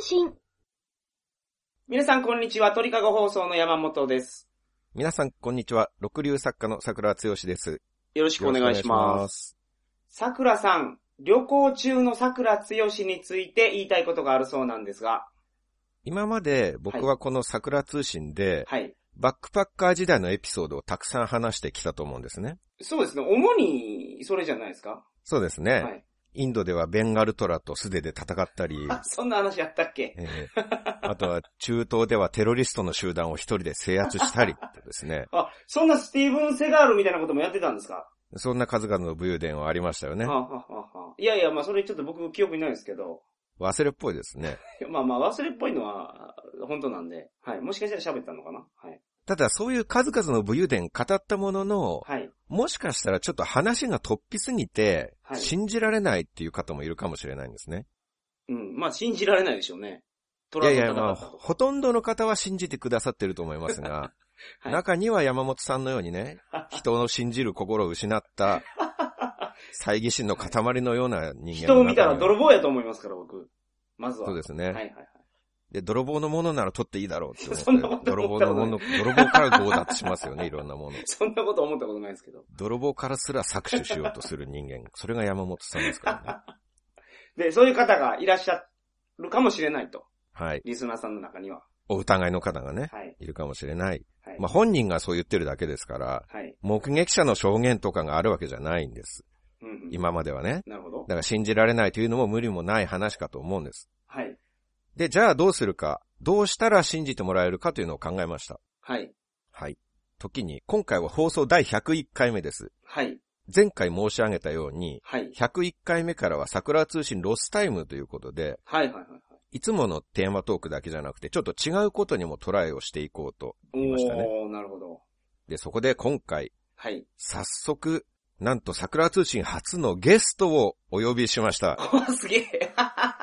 信。 皆さんこんにちは。鳥かご放送の山本です。 皆さんこんにちは。六流作家の桜剛です。 よろしくお願いします。桜さん、旅行中の桜剛について言いたいことがあるそうなんですが。 今まで僕はこの桜通信で、バックパッカー時代のエピソードをたくさん話してきたと思うんですね。 そうですね。主にそれじゃないですか。 そうですね。インドではベンガルトラと素手で戦ったり。 そんな話あったっけ、 あとは中東ではテロリストの集団を一人で制圧したりってですね。 そんなスティーブン・セガールみたいなこともやってたんですか？ そんな数々の武勇伝はありましたよね。 いやいや、まあそれちょっと僕記憶にないですけど。 忘れっぽいですね。 まあ忘れっぽいのは本当なんで。はい。もしかしたら喋ったのかな？はい。 ただそういう数々の武勇伝語ったものの、もしかしたらちょっと話が突飛すぎて、信じられないっていう方もいるかもしれないんですね。 まあ信じられないでしょうね。 いやいや、まあ、ほとんどの方は信じてくださってると思いますが、中には山本さんのようにね、人の信じる心を失った、猜疑心の塊のような人間。 人を見たら泥棒やと思いますから、僕。まずは。 そうですね。 はい。 で、泥棒のものなら取っていいだろうって思って、泥棒から強奪しますよね、いろんなもの。 そんなこと思ったことないですけど。 泥棒からすら搾取しようとする人間。それが山本さんですからね。で、そういう方がいらっしゃるかもしれないと。 はい。 リスナーさんの中には。 お疑いの方がね、いるかもしれない。まあ本人がそう言ってるだけですから、目撃者の証言とかがあるわけじゃないんです。今まではね。 なるほど。 だから信じられないというのも無理もない話かと思うんです。 はい。 で、じゃあどうするか、どうしたら信じてもらえるかというのを考えました。 はい。 はい。時に、今回は放送第101回目です。 はい。 前回申し上げたように、101回目からは桜通信ロスタイムということで、いつものテーマトークだけじゃなくて、ちょっと違うことにもトライをしていこうと言いましたね。 なるほど。 で、そこで今回、早速、なんと桜通信初のゲストをお呼びしました。 すげえ。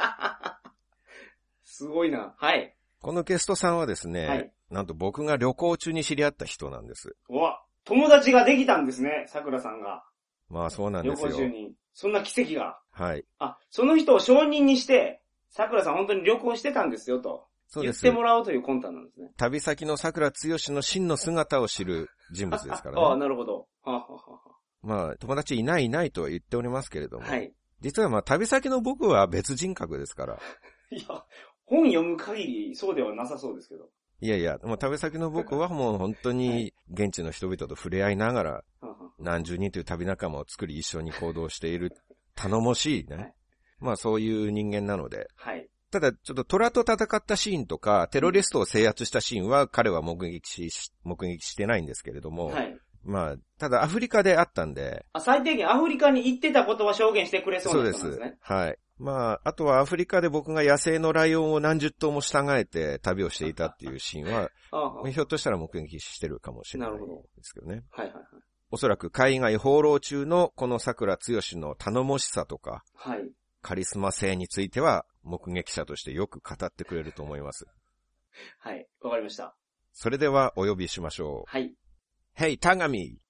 すごいな。はい。 このゲストさんはですね、なんと僕が旅行中に知り合った人なんです。 友達ができたんですね、桜さんが。 まあそうなんですよ。 旅行中に。そんな奇跡が。 はい。 その人を証人にして、桜さん本当に旅行してたんですよと。そうです。言ってもらおうという魂胆なんですね。 旅先の桜剛の真の姿を知る人物ですからね。 なるほど。 まあ友達いないとは言っておりますけれども。実はまあ旅先の僕は別人格ですから。 いや、本読む限りそうではなさそうですけど。 いやいや、もう旅先の僕はもう本当に現地の人々と触れ合いながら、何十人という旅仲間を作り一緒に行動している頼もしいね。まあそういう人間なので。ただちょっと虎と戦ったシーンとか、テロリストを制圧したシーンは彼は目撃してないんですけれども。まあ、ただアフリカであったんで。 最低限アフリカに行ってたことは証言してくれそうなんですね。そうです。 はい。まあ、あとはアフリカで僕が野生のライオンを何十頭も従えて旅をしていたっていうシーンは、ひょっとしたら目撃してるかもしれないですけどね。おそらく海外放浪中のこの桜剛の頼もしさとか、カリスマ性については目撃者としてよく語ってくれると思います。 はい、わかりました。 それではお呼びしましょう。Hey, 田上。 よ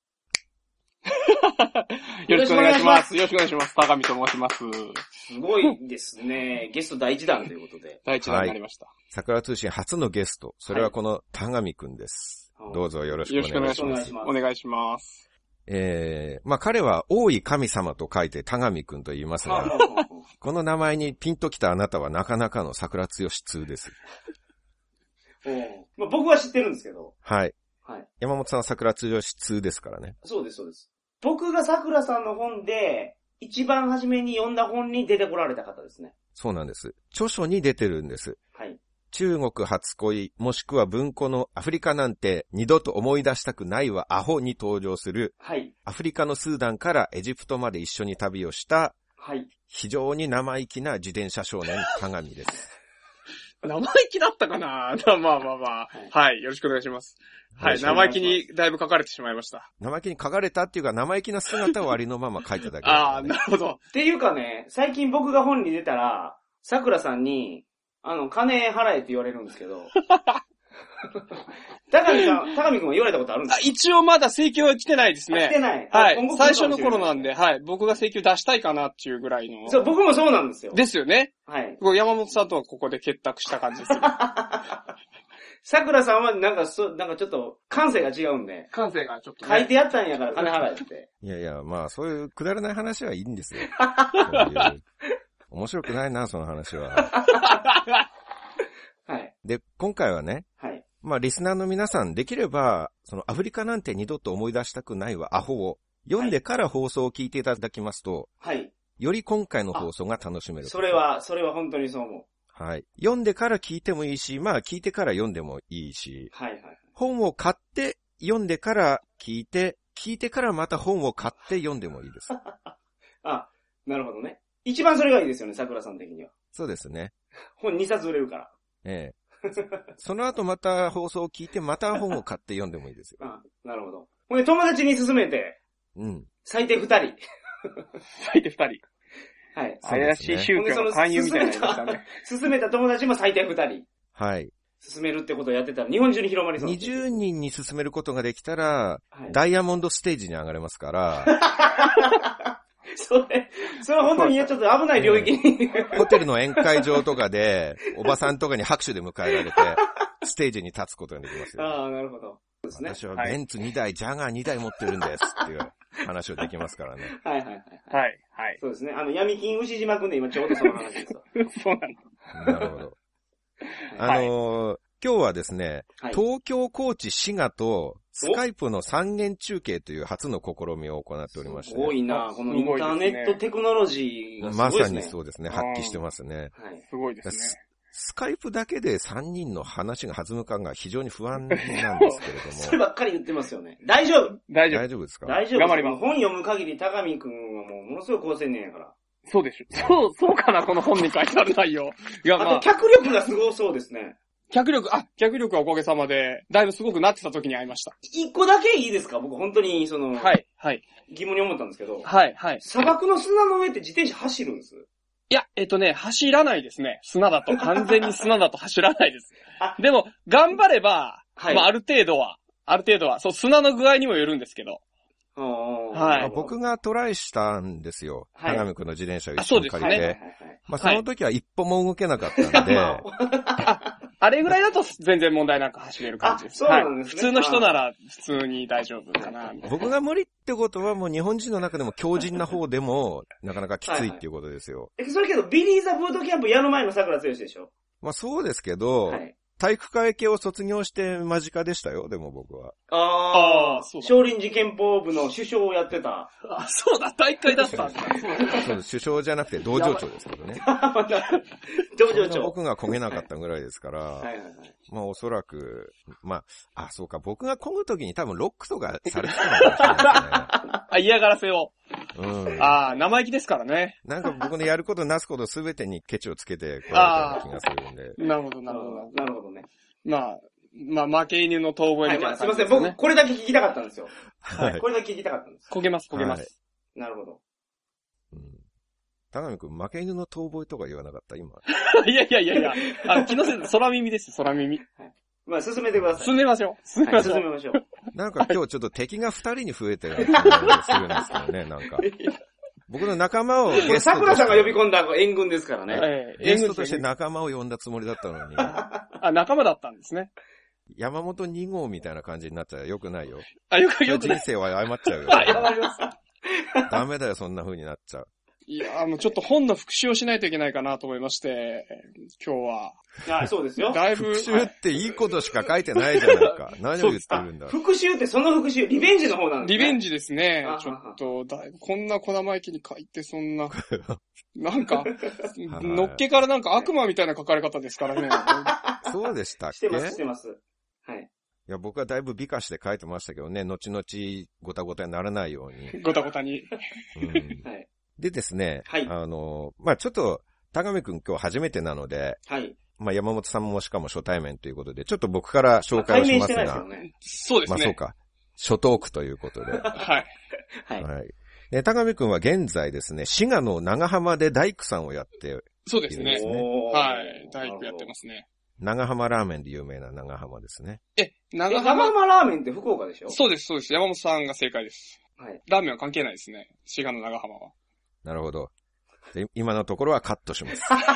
ろしくお願いします。よろしくお願いします。田上と申します。 すごいですね。ゲスト第一弾ということで。 第一弾になりました。 桜通信初のゲスト。それはこの田上くんです。どうぞよろしくお願いします。 お願いします。 まあ彼は大い神様と書いて田上くんと言いますが、この名前にピンときたあなたはなかなかの桜剛通です。 まあ、僕は知ってるんですけど。 はい。山本さんは桜剛通ですからね。 そうです、そうです。僕が桜さんの本で、一番初めに読んだ本に出てこられた方ですね。 そうなんです。著書に出てるんです。中国初恋、もしくは文庫のアフリカなんて二度と思い出したくないわアホに登場する、アフリカのスーダンからエジプトまで一緒に旅をした、非常に生意気な自転車少年、田上です。 生意気だったかなまあ。はい。よろしくお願いします。はい。生意気にだいぶ書かれてしまいました。 生意気に書かれたっていうか、生意気な姿をありのまま書いただけ、ね。 なるほど。 っていうかね、最近僕が本に出たら、桜さんに、金払えって言われるんですけど。 高見くんは言われたことあるんですか？ 一応まだ請求は来てないですね。 来てない。 はい。最初の頃なんで、はい。僕が請求出したいかなっていうぐらいの。 そう、僕もそうなんですよ。 ですよね。 はい。 山本さんとはここで結託した感じですよ。 桜さんはなんかちょっと感性が違うんで。 感性がちょっと、 書いてやったんやから金払えって。 いや、まあそういうくだらない話はいいんですよ。面白くないな、その話は。 はい。 で、今回はね、 はい。 まあリスナーの皆さんできれば、そのアフリカなんて二度と思い出したくないわ、アホを読んでから放送を聞いていただきますと、 はい。 より今回の放送が楽しめる。 それは本当にそう思う。 はい。読んでから聞いてもいいし、まあ聞いてから読んでもいいし、 はいはい。 本を買って読んでから聞いてからまた本を買って読んでもいいです。 あ、なるほどね。一番それがいいですよね、桜さん的には。 そうですね。 本2冊売れるから。 ええ。その後また放送を聞いてまた本を買って読んでもいいですよ。 あ、なるほど。ほんで友達に勧めて、 うん。 最低2人。 最低2人。 はい。 怪しい宗教の勧誘みたいなのしたね。 勧めた友達も最低2人。 はい。 勧めるってことをやってたら日本中に広まりそうです。 20人に勧めることができたら、はい、ダイヤモンドステージに上がれますから。 それは本当にちょっと危ない領域に、 ホテルの宴会場とかで、おばさんとかに拍手で迎えられて、ステージに立つことができますよ。 ああ、なるほど。ですね。 私はベンツ2台、ジャガー2台持ってるんですっていう話をできますからね。 はいはいはい。 はい、はい。 そうですね。闇金牛島くんで今ちょうどその話ですよ。 そうなの。なるほど。今日はですね、はい、東京、高知、滋賀と、スカイプの3元中継という初の試みを行っておりまして、 すごいな、このインターネットテクノロジーがすごいですね。 まさにそうですね、発揮してますね。 はい、すごいですね。 スカイプだけで3人の話が弾む感が非常に不安なんですけれども。 そればっかり言ってますよね。大丈夫大丈夫ですか？ 大丈夫。 頑張ります。 本読む限り高見くんはものすごい高青年やから。 そうでしょ。そうかな、この本に書いてある内容。いや、 あと脚力がすごそうですね。 脚力はおかげさまで、だいぶすごくなってた時に会いました。 一個だけいいですか？僕本当にはい、はい。 疑問に思ったんですけど。 はい、はい。 砂漠の砂の上って自転車走るんです？ いや、走らないですね。砂だと。完全に砂だと走らないです。でも、頑張れば、はい、まあ、ある程度は、そう、砂の具合にもよるんですけど。 はい。僕がトライしたんですよ。はい。高見くんの自転車を一緒に借りて。そうですね。まあ、その時は一歩も動けなかったんで。 あれぐらいだと全然問題なく走れる感じです。 そうなんですね。 普通の人なら普通に大丈夫かな。 僕が無理ってことはもう日本人の中でも強靭な方でもなかなかきついっていうことですよ。 それけどビリーザブートキャンプやる前の桜剛でしょ？ まあそうですけど、はい、体育会系を卒業して間近でしたよ、でも僕は。 そう。少林寺拳法部の首相をやってた。 そうだ、体育会だったんだ。 そうです、首相じゃなくて道場長ですけどね。 道場長。 僕が焦げなかったぐらいですから、はいはいはい、まあおそらく、まあ、そうか、僕が焦ぐときに多分ロックとかされてたのかもしれないですね。 嫌がらせを。生意気ですからね。 なんか僕のやることなすことすべてにケチをつけてこられたような気がするんで。 なるほど、なるほど。 なるほどね。 まあ、負け犬の遠吠えみたいな感じですね。 すいません、僕、これだけ聞きたかったんですよ。はい。これだけ聞きたかったんです。 焦げます。 なるほど。 高見くん、負け犬の遠吠えとか言わなかった今。 いや。気のせいで空耳です、空耳。はい。 まあ、進めてください。 進めましょう。 進めましょう。 なんか今日ちょっと敵が2人に増えてる気がするんですけどね、なんか。僕の仲間をゲストとして。 桜さんが呼び込んだ援軍ですからね。 ゲストとして仲間を呼んだつもりだったのに。 仲間だったんですね。 山本2号みたいな感じになっちゃよくないよ。 よくない。 人生は謝っちゃうよ。 謝ります。 ダメだよ、そんな風になっちゃう。 いやもうちょっと本の復習をしないといけないかなと思いまして、今日は。 そうですよ。 だいぶ。 復習っていいことしか書いてないじゃないか。何を言ってるんだ。 復習ってその復習、リベンジの方なんですね。 リベンジですね。ちょっと、だいぶこんな小生意気に書いてそんな。なんか、のっけからなんか悪魔みたいな書かれ方ですからね。 そうでしたっけ？ してます。はい。 いや、僕はだいぶ美化して書いてましたけどね、後々ごたごたにならないように。 ごたごたに。 はい。でですね、 はい。 まあちょっと、高見くん今日初めてなので、 はい。 まあ山本さんもしかも初対面ということで、ちょっと僕から紹介をしますが、 そうですね。 まあそうか、初トークということで。 はい。 はい。で、高見くんは現在ですね、滋賀の長浜で大工さんをやっているんですね。 そうですね。はい。大工やってますね。 長浜ラーメンで有名な長浜ですね。 長浜ラーメンって福岡でしょ？ そうです、そうです。山本さんが正解です。 はい。 ラーメンは関係ないですね。滋賀の長浜は。 なるほど。で、今のところはカットします。 カッ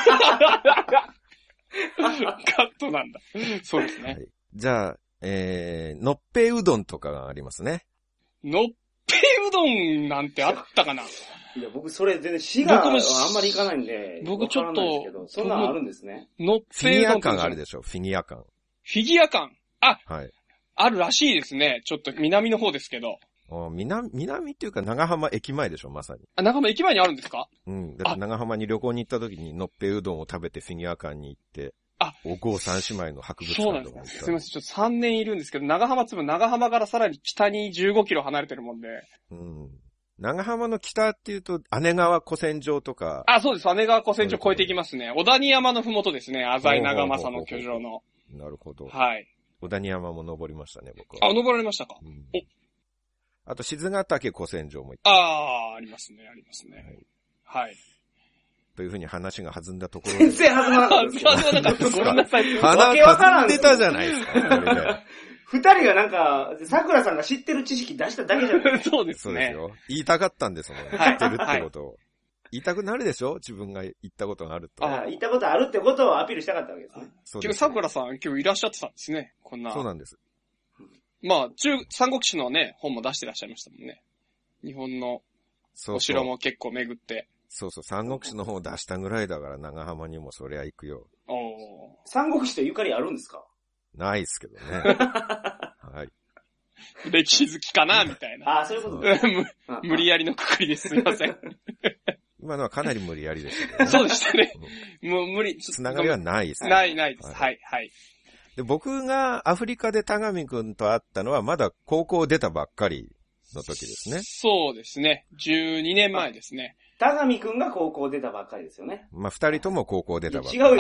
トなんだ。そうですね。はい、 じゃあ、のっぺうどんとかがありますね。 のっぺうどんなんてあったかな？ いや、僕それ全然滋賀はあんまり行かないんで。 僕ちょっと。 そんなのあるんですね。 のっぺうどん。フィギュア感あるでしょ、フィギュア感。 フィギュア感。あ、 はい。 あるらしいですね。ちょっと南の方ですけど。 南っていうか長浜駅前でしょ、まさに。 長浜駅前にあるんですか？ うん。だって長浜に旅行に行った時にのっぺうどんを食べてフィギュア館に行って、お郷三姉妹の博物館とか行った。 すみません、ちょっと3年いるんですけど、長浜からさらに北に15キロ離れてるもんで。 うん。長浜の北っていうと、姉川古戦場とか。 そうです。姉川古戦場越えていきますね。小谷山のふもとですね。浅井長政の居城の。 なるほど。 はい。 小谷山も登りましたね、僕は。 登られましたか？うん、 あと、静ヶ岳古戦場も行った。 ありますね、ありますね。はい。 というふうに話が弾んだところで。全然弾まなかったです。 弾まなかった。ごめんなさい。 話弾んでたじゃないですか、それで。 二人がなんか、桜さんが知ってる知識出しただけじゃないですか。 そうですね。 そうですよ。言いたかったんですもんね。知ってるってことを。言いたくなるでしょ？自分が言ったことがあると。 言ったことあるってことをアピールしたかったわけですね。 そうです。桜さん今日いらっしゃってたんですね。こんな。 そうなんです。 まあ、三国志のね、本も出してらっしゃいましたもんね。日本のお城も結構巡って。 そう、三国志の本を出したぐらいだから長浜にもそりゃ行くよ。 三国志とゆかりあるんですか？ ないっすけどね。はい。 歴史好きかなみたいな。 そういうことですね。 無理やりのくくりです。すいません。 今のはかなり無理やりでしたけどね。 そうでしたね。もう無理。 つながりはないですね。 ないです。はい。 で、僕がアフリカで田上くんと会ったのはまだ高校出たばっかりの時ですね。 そうですね。12年前ですね。 田上くんが高校出たばっかりですよね。 まあ、二人とも高校出たばっかり。 違う。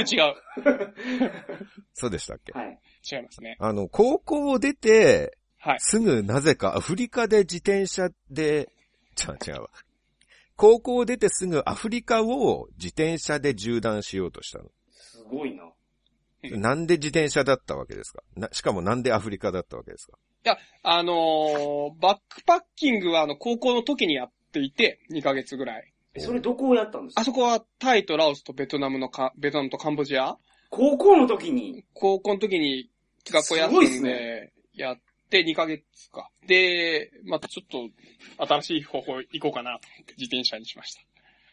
そうでしたっけ？ はい。違いますね。 高校を出て、 はい。 すぐなぜかアフリカで自転車で、違うわ。高校を出てすぐアフリカを自転車で縦断しようとしたの。 すごいな。 なんで自転車だったわけですか？しかもなんでアフリカだったわけですか？ いや、バックパッキングは高校の時にやっていて、2ヶ月ぐらい。 それどこをやったんですか？ あそこはタイとラオスとベトナムとカンボジア。 高校の時に学校休んでやって2ヶ月か。で、またちょっと新しい方法行こうかなと思って自転車にしました。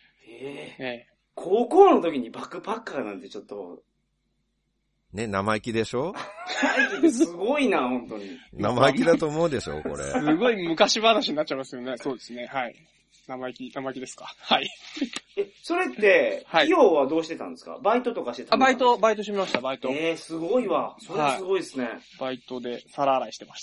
高校の時にバックパッカーなんてちょっと。 ね、生意気でしょ？ すごいな、本当に。 生意気だと思うでしょ、これ。 すごい昔話になっちゃいますよね。そうですね。はい。生意気ですか？はい。 それって、費用はどうしてたんですか？バイトとかしてたんですか？ バイトしました、バイト。 すごいわ。それすごいですね。 バイトで皿洗いしてました。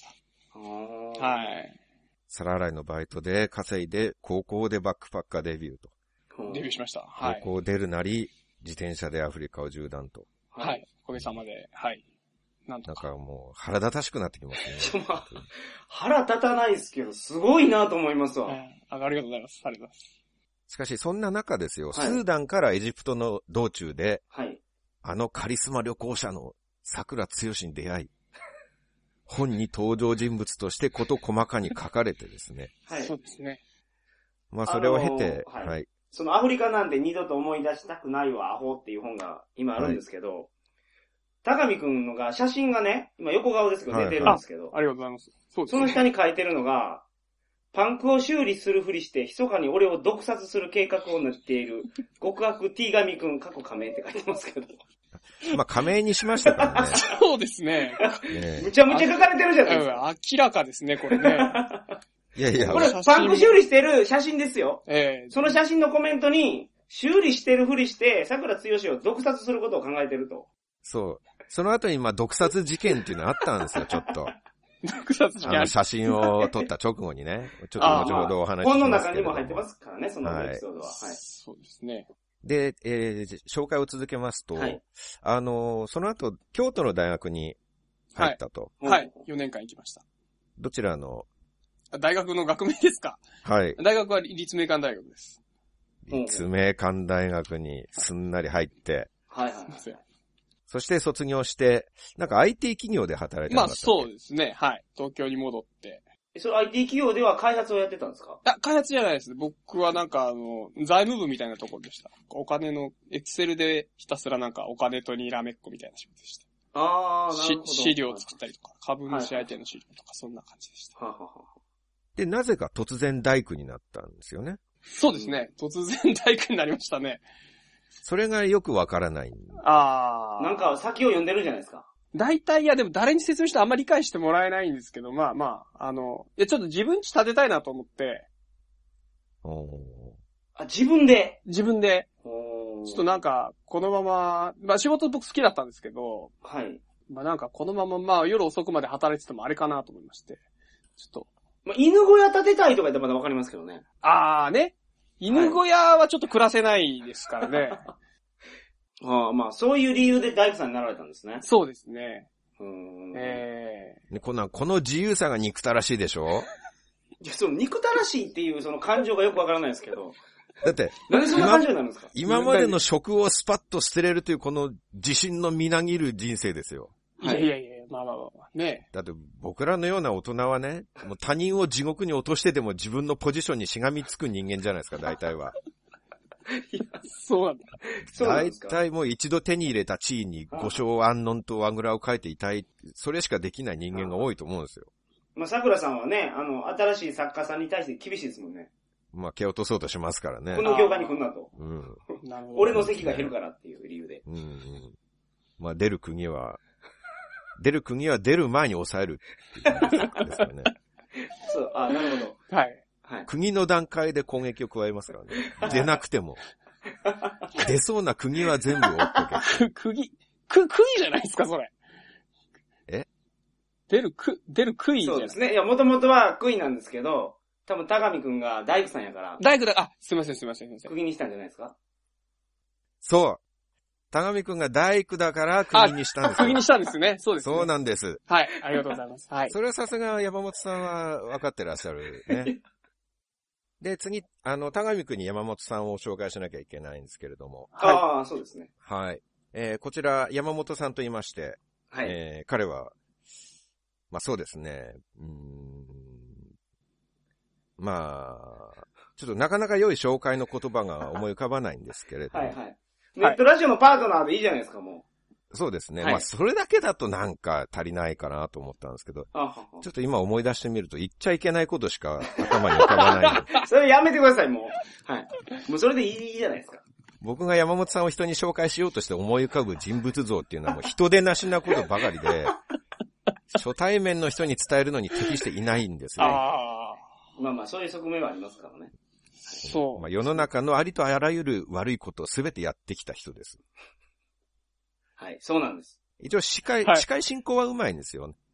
はい。 皿洗いのバイトで稼いで、高校でバックパッカーデビューと。 デビューしました。はい。 高校出るなり、自転車でアフリカを縦断と。 はい。おかげさまで、はい。 なんかもう、腹立たしくなってきますね。 腹立たないですけど、すごいなと思いますわ。 ありがとうございます。ありがとうございます。 しかし、そんな中ですよ、スーダンからエジプトの道中で、カリスマ旅行者の桜剛に出会い、本に登場人物として事細かに書かれてですね。 そうですね。 まあ、それを経て、 そのアフリカなんて二度と思い出したくないわ、アホっていう本が今あるんですけど、高見くんのが、写真がね、今横顔ですけど出てるんですけど、 ありがとうございます。 その下に書いてるのが、パンクを修理するふりして、密かに俺を毒殺する計画を練っている、極悪 T 神くん、過去仮名って書いてますけど。 まあ、仮名にしましたからね。 そうですね。 むちゃむちゃ書かれてるじゃないですか。 明らかですね、これね。 いや。 これ、パンク修理してる写真ですよ。その写真のコメントに、修理してるふりして、桜剛を毒殺することを考えてると。 そう。その後に、毒殺事件っていうのあったんですよ、ちょっと。 毒殺事件。 写真を撮った直後にね。ちょっと後ほどお話ししますけど。 本の中にも入ってますからね、そのエピソードは。 そうですね。 で、紹介を続けますと、その後、京都の大学に入ったと。 はい。4年間行きました。 どちらの？ 大学の学名ですか？ はい。 大学は立命館大学です。 立命館大学にすんなり入って。 はい。 そして卒業して、なんか IT 企業で働いてなかったっけ？ まあそうですね。はい。東京に戻って。 それ IT 企業では開発をやってたんですか？ 開発じゃないですね。僕はなんか財務部みたいなところでした。お金の、エクセルでひたすらなんかお金とにらめっこみたいな仕事でした。 ああ、なるほど。 資料を作ったりとか、株主相手の資料とか、そんな感じでした。はははで、なぜか突然大工になったんですよね。 そうですね。突然大工になりましたね。 それがよくわからない。 なんか先を読んでるじゃないですか。 大体、いやでも誰に説明してあんまり理解してもらえないんですけど、まあ、いやちょっと自分家建てたいなと思って。 自分でちょっとなんか、このまま、仕事僕好きだったんですけど、 はい。 なんかこのまま夜遅くまで働いててもあれかなと思いまして。ちょっと。 犬小屋建てたいとか言ったらまだわかりますけどね。 ね。犬小屋はちょっと暮らせないですからね。 まあ、そういう理由で大工さんになられたんですね。 そうですね。 この自由さが憎たらしいでしょ？ いや、憎たらしいっていうその感情がよくわからないですけど。 だって、 なんでそんな感情になるんですか？ 今までの職をスパッと捨てれるというこの自信のみなぎる人生ですよ。 いや、まあ、ね。 だって僕らのような大人はね、もう他人を地獄に落としてでも自分のポジションにしがみつく人間じゃないですか、大体は。 いや、そうなんだ。 大体もう一度手に入れた地位に五章安穏とあぐらをかいていたい、それしかできない人間が多いと思うんですよ。 まあ、桜さんはね、新しい作家さんに対して厳しいですもんね。 まあ、蹴落とそうとしますからね。 この業界に来んなと。 なるほど。 俺の席が減るからっていう理由で。 まあ、出る釘は出る前に抑えるっていう感じですよね。 そう、なるほど。 はい。 釘の段階で攻撃を加えますからね。出なくても。出そうな釘は全部折っとけ。 釘じゃないですか、それ。出る杭じゃない。 そうですね。いや、もともとは杭なんですけど、多分、高見くんが大工さんやから。 大工すいません。 釘にしたんじゃないですか？ そう。高見くんが大工だから釘にしたんです。 釘にしたんですね。そうですね。 そうなんです。 はい。ありがとうございます。はい。 それはさすが山本さんは分かってらっしゃるね。で、次、高見くんに山本さんを紹介しなきゃいけないんですけれども。 はい。そうですね。 はい。こちら、山本さんと言いまして、 はい。 彼は、まあそうですね、まあ、ちょっとなかなか良い紹介の言葉が思い浮かばないんですけれども。 はいはい。ネットラジオのパートナーでいいじゃないですか、もう。そうですね。 はい、 まあ、それだけだとなんか足りないかなと思ったんですけど、ちょっと今思い出してみると言っちゃいけないことしか頭に浮かばない。 それやめてください、もう。はい。もうそれでいいじゃないですか。 僕が山本さんを人に紹介しようとして思い浮かぶ人物像っていうのはもう人でなしなことばかりで、初対面の人に伝えるのに適していないんですね。 まあまあ、そういう側面はありますからね。 そう。 まあ、世の中のありとあらゆる悪いことをすべてやってきた人です。 はい、そうなんです。 一応司会進行はうまいんですよ、ね。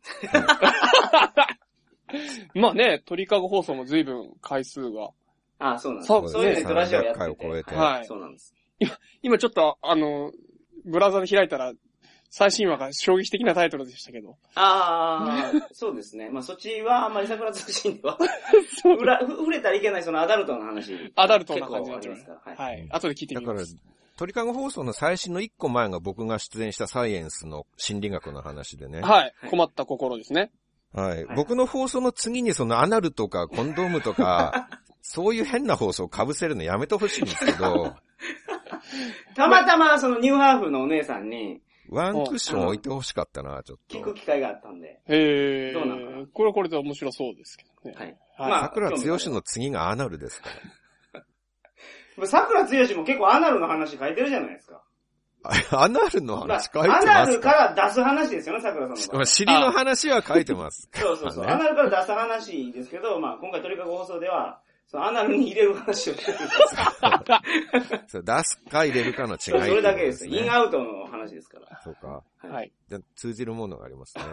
まあね、鳥かご放送も随分回数が。 そうなんです。そういうネットラジオやってて。 300回を超えて。 はい。そうなんです。 今ちょっとブラウザで開いたら、最新話が衝撃的なタイトルでしたけど。 そうですね。まあそっちはあんまり桜通信では触れたらいけないそのアダルトの話。 アダルトな感じになっちゃいますから。はい。後で聞いてみます。 だから、鳥かご放送の最新の1個前が僕が出演したサイエンスの心理学の話でね。 はい。困った心ですね。 はい。僕の放送の次にそのアナルとかコンドームとか、そういう変な放送を被せるのやめてほしいんですけど。 たまたまそのニューハーフのお姉さんに、 ワンクッション置いてほしかったな、ちょっと。 聞く機会があったんで。 どうなんかな。これはこれで面白そうですけどね。 はい。 まあ、桜剛の次がアナルですから。 桜剛も結構アナルの話書いてるじゃないですか。 アナルの話書いてますか？ アナルから出す話ですよね、桜さんの。 尻の話は書いてます。 そう。アナルから出す話ですけど、まあ今回鳥かご放送では、アナルに入れる話をしてるんですそう出すか入れるかの違い、ね。 それだけです。インアウトの話ですから。 そうか。 はい。 じゃ通じるものがありますね。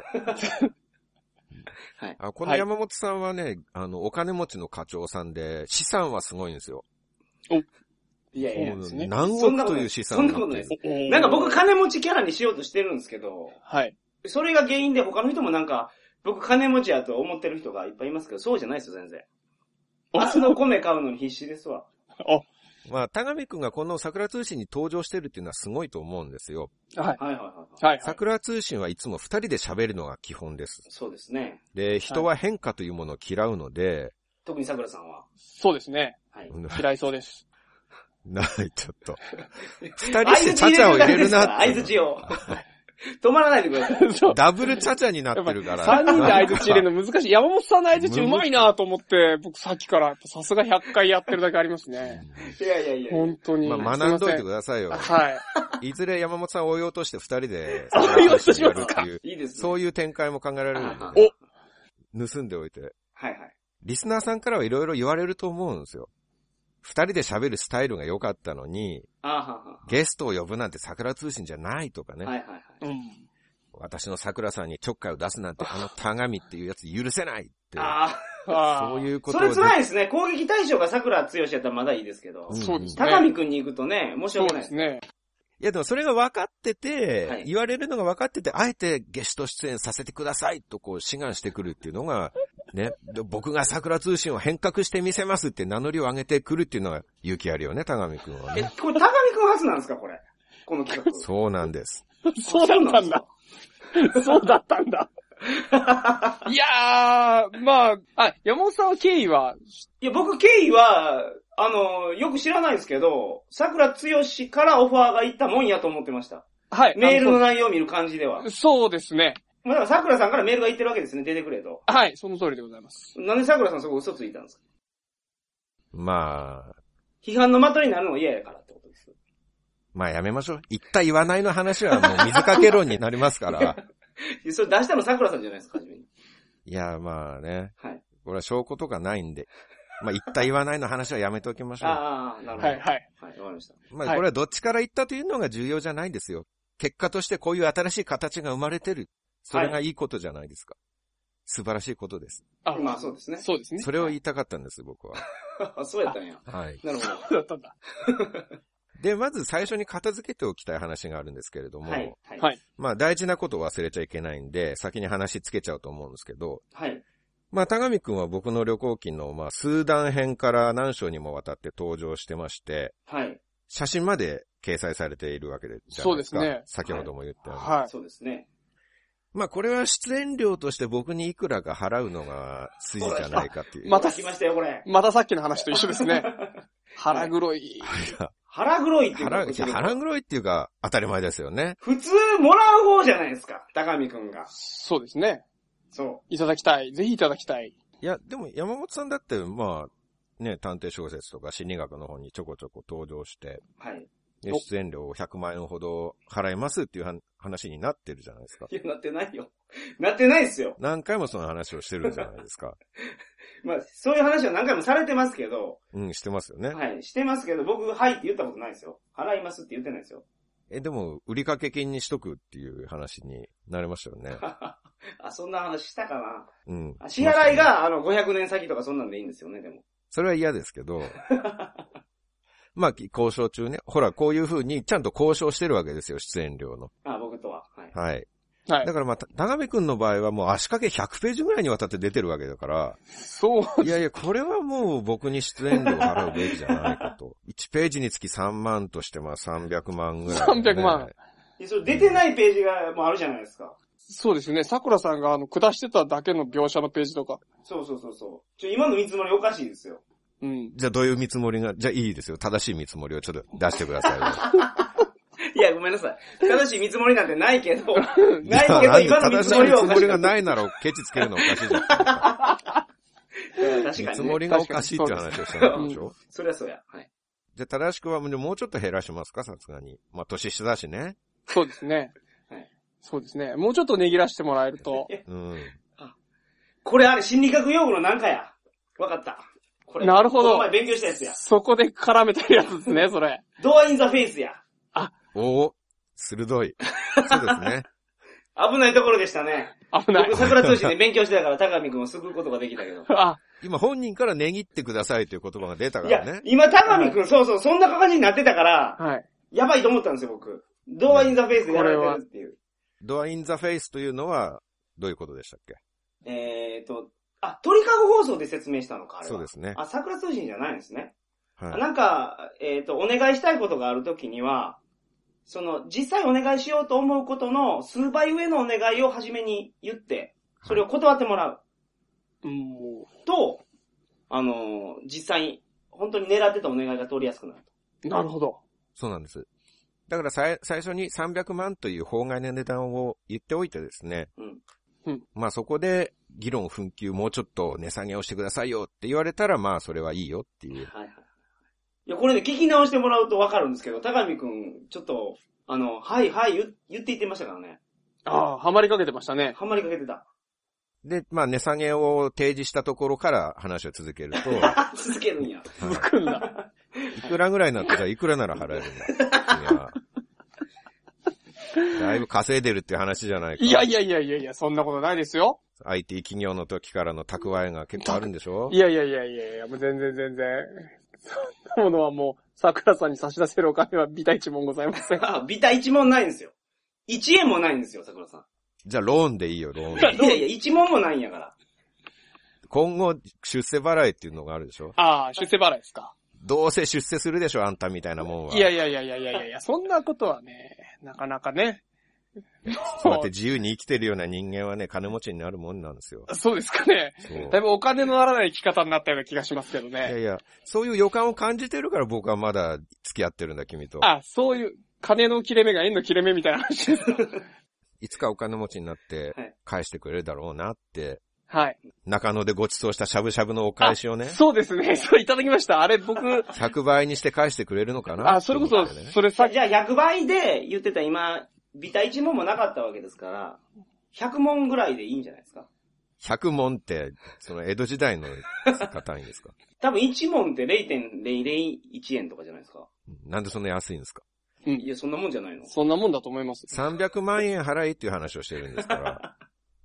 はい。 この山本さんはね、お金持ちの課長さんで、資産はすごいんですよ。 いや、 何億という資産そんなことないです。なんか僕金持ちキャラにしようとしてるんですけど、 はい。 それが原因で他の人もなんか、僕金持ちやと思ってる人がいっぱいいますけど、そうじゃないですよ、全然。明日の米買うのに必死ですわ。 まあ、田上くんがこの桜通信に登場してるっていうのはすごいと思うんですよ。 はい。 はいはいはい。 はい。 桜通信はいつも二人で喋るのが基本です。 そうですね。 で、人は変化というものを嫌うので、 特に桜さんは。 そうですね。 はい。 嫌いそうです。 ちょっと。二人してチャチャを入れるなって。 相槌を。止まらないでください。 そう。ダブルチャチャになってるから。 3人で相槌入れるの難しい。山本さんの相槌うまいなと思って、僕さっきからさすが100回やってるだけありますね。 いや。 本当に。 まあ、学んどいてくださいよ。 はい。 いずれ山本さんを追い落として二人で、 追い落としますか。 いいですね。 そういう展開も考えられるので、盗んでおいて。 はいはい。 リスナーさんからはいろいろ言われると思うんですよ。二人で喋るスタイルが良かったのに、ゲストを呼ぶなんて桜通信じゃないとかね。 はいはいはい。 私の桜さんにちょっかいを出すなんて田上っていうやつ許せないって。そういうことそれ辛いですね。攻撃対象が桜剛やったらまだいいですけど。 そうですね。 高見くんに行くとね、申し訳ないですね。 いやでもそれが分かってて、はい、言われるのが分かってて、あえてゲスト出演させてくださいとこう志願してくるっていうのが、ね、僕が桜通信を変革してみせますって名乗りを上げてくるっていうのが勇気あるよね、田上くんはね。 これ田上くん初なんですかこれ。この企画。 そうなんです。 そうだったんだ。そうだったんだ。いやー、まあ、山本さんは経緯は？ いや、僕経緯は、よく知らないんですけど、桜剛からオファーが行ったもんやと思ってました。 はい。 メールの内容を見る感じでは。 そうですね。 まあ、だから桜さんからメールが行ってるわけですね、出てくれと。 はい、その通りでございます。 なんで桜さんそこ嘘ついたんですか？ まあ。 批判の的になるのが嫌やからってことです。 まあやめましょう。言った言わないの話はもう水かけ論になりますから。 それ出したの桜さんじゃないですか、初めに。 いや、まあね。 はい。 これは証拠とかないんで。まあ言った言わないの話はやめておきましょう。 ああ、なるほど。 はい、はい。 はい、わかりました。 まあこれはどっちから言ったというのが重要じゃないですよ。結果としてこういう新しい形が生まれてる。それがいいことじゃないですか。素晴らしいことです。 まあそうですね。 そうですね。 それを言いたかったんです、僕は。 そうやったんや。 はい。 なるほど。 そうだったんだ。 で、まず最初に片付けておきたい話があるんですけれども、 はい。 はい。 まあ大事なことを忘れちゃいけないんで、先に話つけちゃうと思うんですけど、 はい。 まあ、田上くんは僕の旅行記の、まあ、数段編から何章にもわたって登場してまして、 はい。 写真まで掲載されているわけじゃないですか。 そうですね。 先ほども言ったように。 はい。 そうですね。 まあ、これは出演料として僕にいくらか払うのが筋じゃないかっていう。 また来ましたよ、これ。 またさっきの話と一緒ですね。腹黒い。 腹黒いっていうか。 腹黒いっていうか、当たり前ですよね。 普通、もらう方じゃないですか、高見くんが。 そうですね。 そう。 いただきたい。ぜひいただきたい。 いや、でも山本さんだって、まあ、ね、探偵小説とか心理学の方にちょこちょこ登場して、 はい。 出演料を100万円ほど払いますっていう話になってるじゃないですか。 いや、なってないよ。なってないですよ。 何回もその話をしてるじゃないですか。 まあ、そういう話は何回もされてますけど。 うん、してますよね。 はい、してますけど、僕、はいって言ったことないですよ。払いますって言ってないですよ。 でも、売掛金にしとくっていう話になりましたよね。 あ、そんな話したかな。 うん。 支払いが、500年先とかそんなんでいいんですよね、でも。 それは嫌ですけど。まあ、交渉中ね。ほら、こういう風にちゃんと交渉してるわけですよ、出演料の。 あ、僕とは。はい。 はい。 はい。 だからまあ、長見くんの場合はもう足掛け100ページぐらいにわたって出てるわけだから。 そう。 いやいや、これはもう僕に出演料払うべきじゃないかと。1ページにつき3万としてまあ300万ぐらい、ね。 300万。 それ出てないページがもうあるじゃないですか。 そうですね。桜さんが下してただけの描写のページとか。 そう。今の見積もりおかしいですよ。 うん。じゃあどういう見積もりが、じゃあいいですよ。正しい見積もりをちょっと出してくださいよ。 いや、ごめんなさい。正しい見積もりなんてないけど、ないけど今の見積もりはおかしい。 正しい見積もりがないならケチつけるのおかしいじゃないですか。 確かに、ね。 見積もりがおかしいって話をしたんでしょ。 そりゃそうや。はい。 じゃあ正しくはもうちょっと減らしますか、さすがに。まあ年下だしね。 そうですね。はい。そうですね。もうちょっとねぎらしてもらえると。 うん。 これあれ心理学用語のなんかや。わかった。これ。 なるほど。 この前勉強したやつや。 そこで絡めてるやつですね、それ。 ドアインザフェイスや。 おー、鋭い。そうですね。 危ないところでしたね。 危ない。 僕桜通信で勉強してたから高見くんを救うことができたけど。 今本人から値切ってくださいという言葉が出たからね。 いや、今高見くん、そう、そんな感じになってたから、 はい。 やばいと思ったんですよ、僕。ドアインザフェイスでやられてるっていう。 ドアインザフェイスというのは、どういうことでしたっけ？ 鳥かご放送で説明したのか、あれは。 そうですね。 桜通信じゃないんですね。 はい、 なんか、お願いしたいことがあるときには、実際お願いしようと思うことの数倍上のお願いを初めに言って、それを断ってもらう。と、実際に、本当に狙ってたお願いが通りやすくなると。 なるほど。 そうなんです。だから最初に300万という法外な値段を言っておいてですね。 うん。 まあそこで議論紛糾もうちょっと値下げをしてくださいよって言われたらまあそれはいいよっていう。 はいはい。いや、これね、聞き直してもらうとわかるんですけど、高見くん、ちょっと、はいはい言って言ってましたからね。 ああ、ハマりかけてましたね。 ハマりかけてた。 で、まあ値下げを提示したところから話を続けると。 続けるんや。 続くんだ。 いくらぐらいになったらいくらなら払えるんだ。いや。だいぶ稼いでるっていう話じゃないか。 いや、そんなことないですよ。 IT 企業の時からの蓄えが結構あるんでしょ？ いや、もう全然。そんなものはもう、桜さんに差し出せるお金はビタ一文ございません。 ビタ一文ないんですよ。1円もないんですよ、桜さん。 じゃあローンでいいよ、ローン。 いや、1文もないんやから。 今後、出世払いっていうのがあるでしょ？ ああ、出世払いですか。 どうせ出世するでしょ、あんたみたいなもんは。 いや、そんなことはね、なかなかね。 そうやって自由に生きてるような人間はね、金持ちになるもんなんですよ。 そうですかね。だいぶお金のならない生き方になったような気がしますけどね。 いや、そういう予感を感じてるから僕はまだ付き合ってるんだ、君と。 あ、そういう、金の切れ目が縁の切れ目みたいな話ですか。 いつかお金持ちになって返してくれるだろうなって。 はい。 中野でご馳走したしゃぶしゃぶのお返しをね。 そうですね。それいただきました。あれ僕。 100倍にして返してくれるのかな？ あ、それこそ、それさ。 じゃあ100倍で言ってた今、ビタ1問もなかったわけですから、100問ぐらいでいいんじゃないですか？ 100 問って、江戸時代の単位ですか？ 多分1問って 0.001 円とかじゃないですか？ なんでそんな安いんですか？ いや、そんなもんじゃないの？ そんなもんだと思います。 300万円払いっていう話をしてるんですから。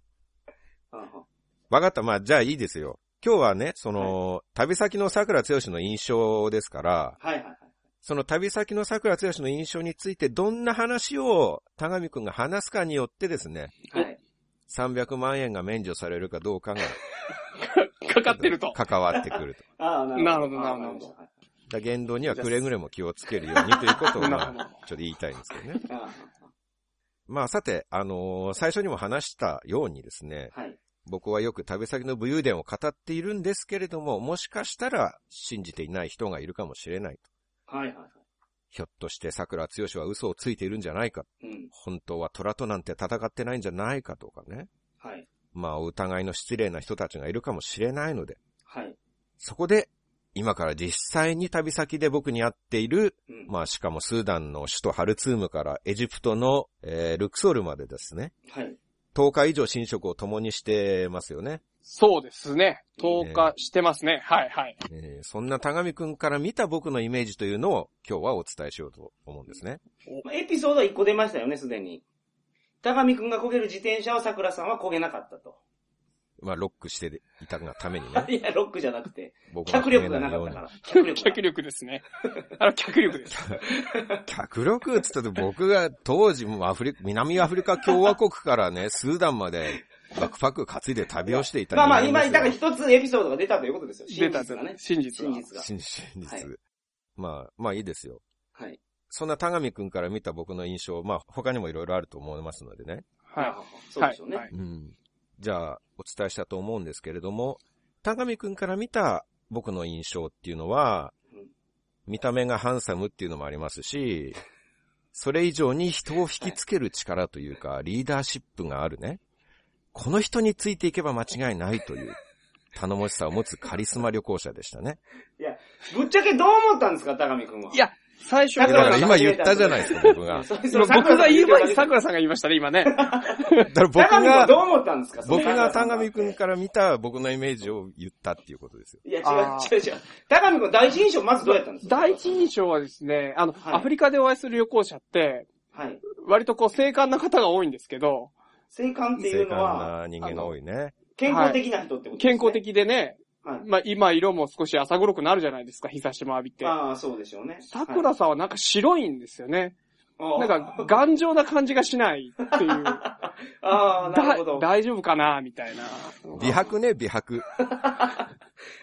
わかった。まあ、じゃあいいですよ。今日はね、旅先の桜剛の印象ですから、その旅先の桜剛の印象についてどんな話を田上くんが話すかによってですね、300万円が免除されるかどうかが、 かかってると。 関わってくると。 なるほど。 言動にはくれぐれも気をつけるようにということを、ちょっと言いたいんですけどね。まあ、さて、最初にも話したようにですね、僕はよく旅先の武勇伝を語っているんですけれども、もしかしたら信じていない人がいるかもしれないと。ひょっとして桜剛は嘘をついているんじゃないか。本当は虎となんて戦ってないんじゃないかとかね。まあ、お疑いの失礼な人たちがいるかもしれないので。そこで、今から実際に旅先で僕に会っている、まあしかもスーダンの首都ハルツームからエジプトの、ルクソールまでですね。10日以上寝食を共にしてますよね。 そうですね。10日してますね。 そんな田上くんから見た僕のイメージというのを今日はお伝えしようと思うんですね。 エピソードは1個出ましたよね、すでに。田上くんが漕げる自転車を桜さんは漕げなかったと。 まあ、ロックしていたがためにね。 いや、ロックじゃなくて。脚力がなかったから。 脚力ですね。脚力です。 脚力って言ったって僕が当時も南アフリカ共和国からね、スーダンまでバックパック担いで旅をしていた人間ですよ。 まあ今、だから一つエピソードが出たということですよ。真実がね。 真実が。 真実。まあいいですよ。 はい。 そんな田上くんから見た僕の印象、まあ他にもいろいろあると思いますのでね。 そうでしょうね。 じゃあ、お伝えしたと思うんですけれども、田上くんから見た僕の印象っていうのは、見た目がハンサムっていうのもありますし、それ以上に人を引きつける力というか、リーダーシップがあるね。この人についていけば間違いないという頼もしさを持つカリスマ旅行者でしたね。 いや、ぶっちゃけどう思ったんですか、田上くんは。 いや、最初だから今言ったじゃないですか、僕が。 僕が言う前に桜さんが言いましたね、今ね。だから僕が、 どう思ったんですか？ 僕が田上くんから見た僕のイメージを言ったっていうことですよ。 いや、違う。田上くん第一印象まずどうやったんですか？ 第一印象はですね、アフリカでお会いする旅行者って、割と精悍な方が多いんですけど、 精悍っていうのは、 精悍な人間が多いね。 健康的な人ってことですね。 健康的でね、まあ今色も少し朝黒くなるじゃないですか、日差しも浴びて。 ああ、そうでしょうね。 桜さんはなんか白いんですよね。なんか頑丈な感じがしないっていう。 ああ、なるほど。 大丈夫かなみたいな。 美白ね、美白。 い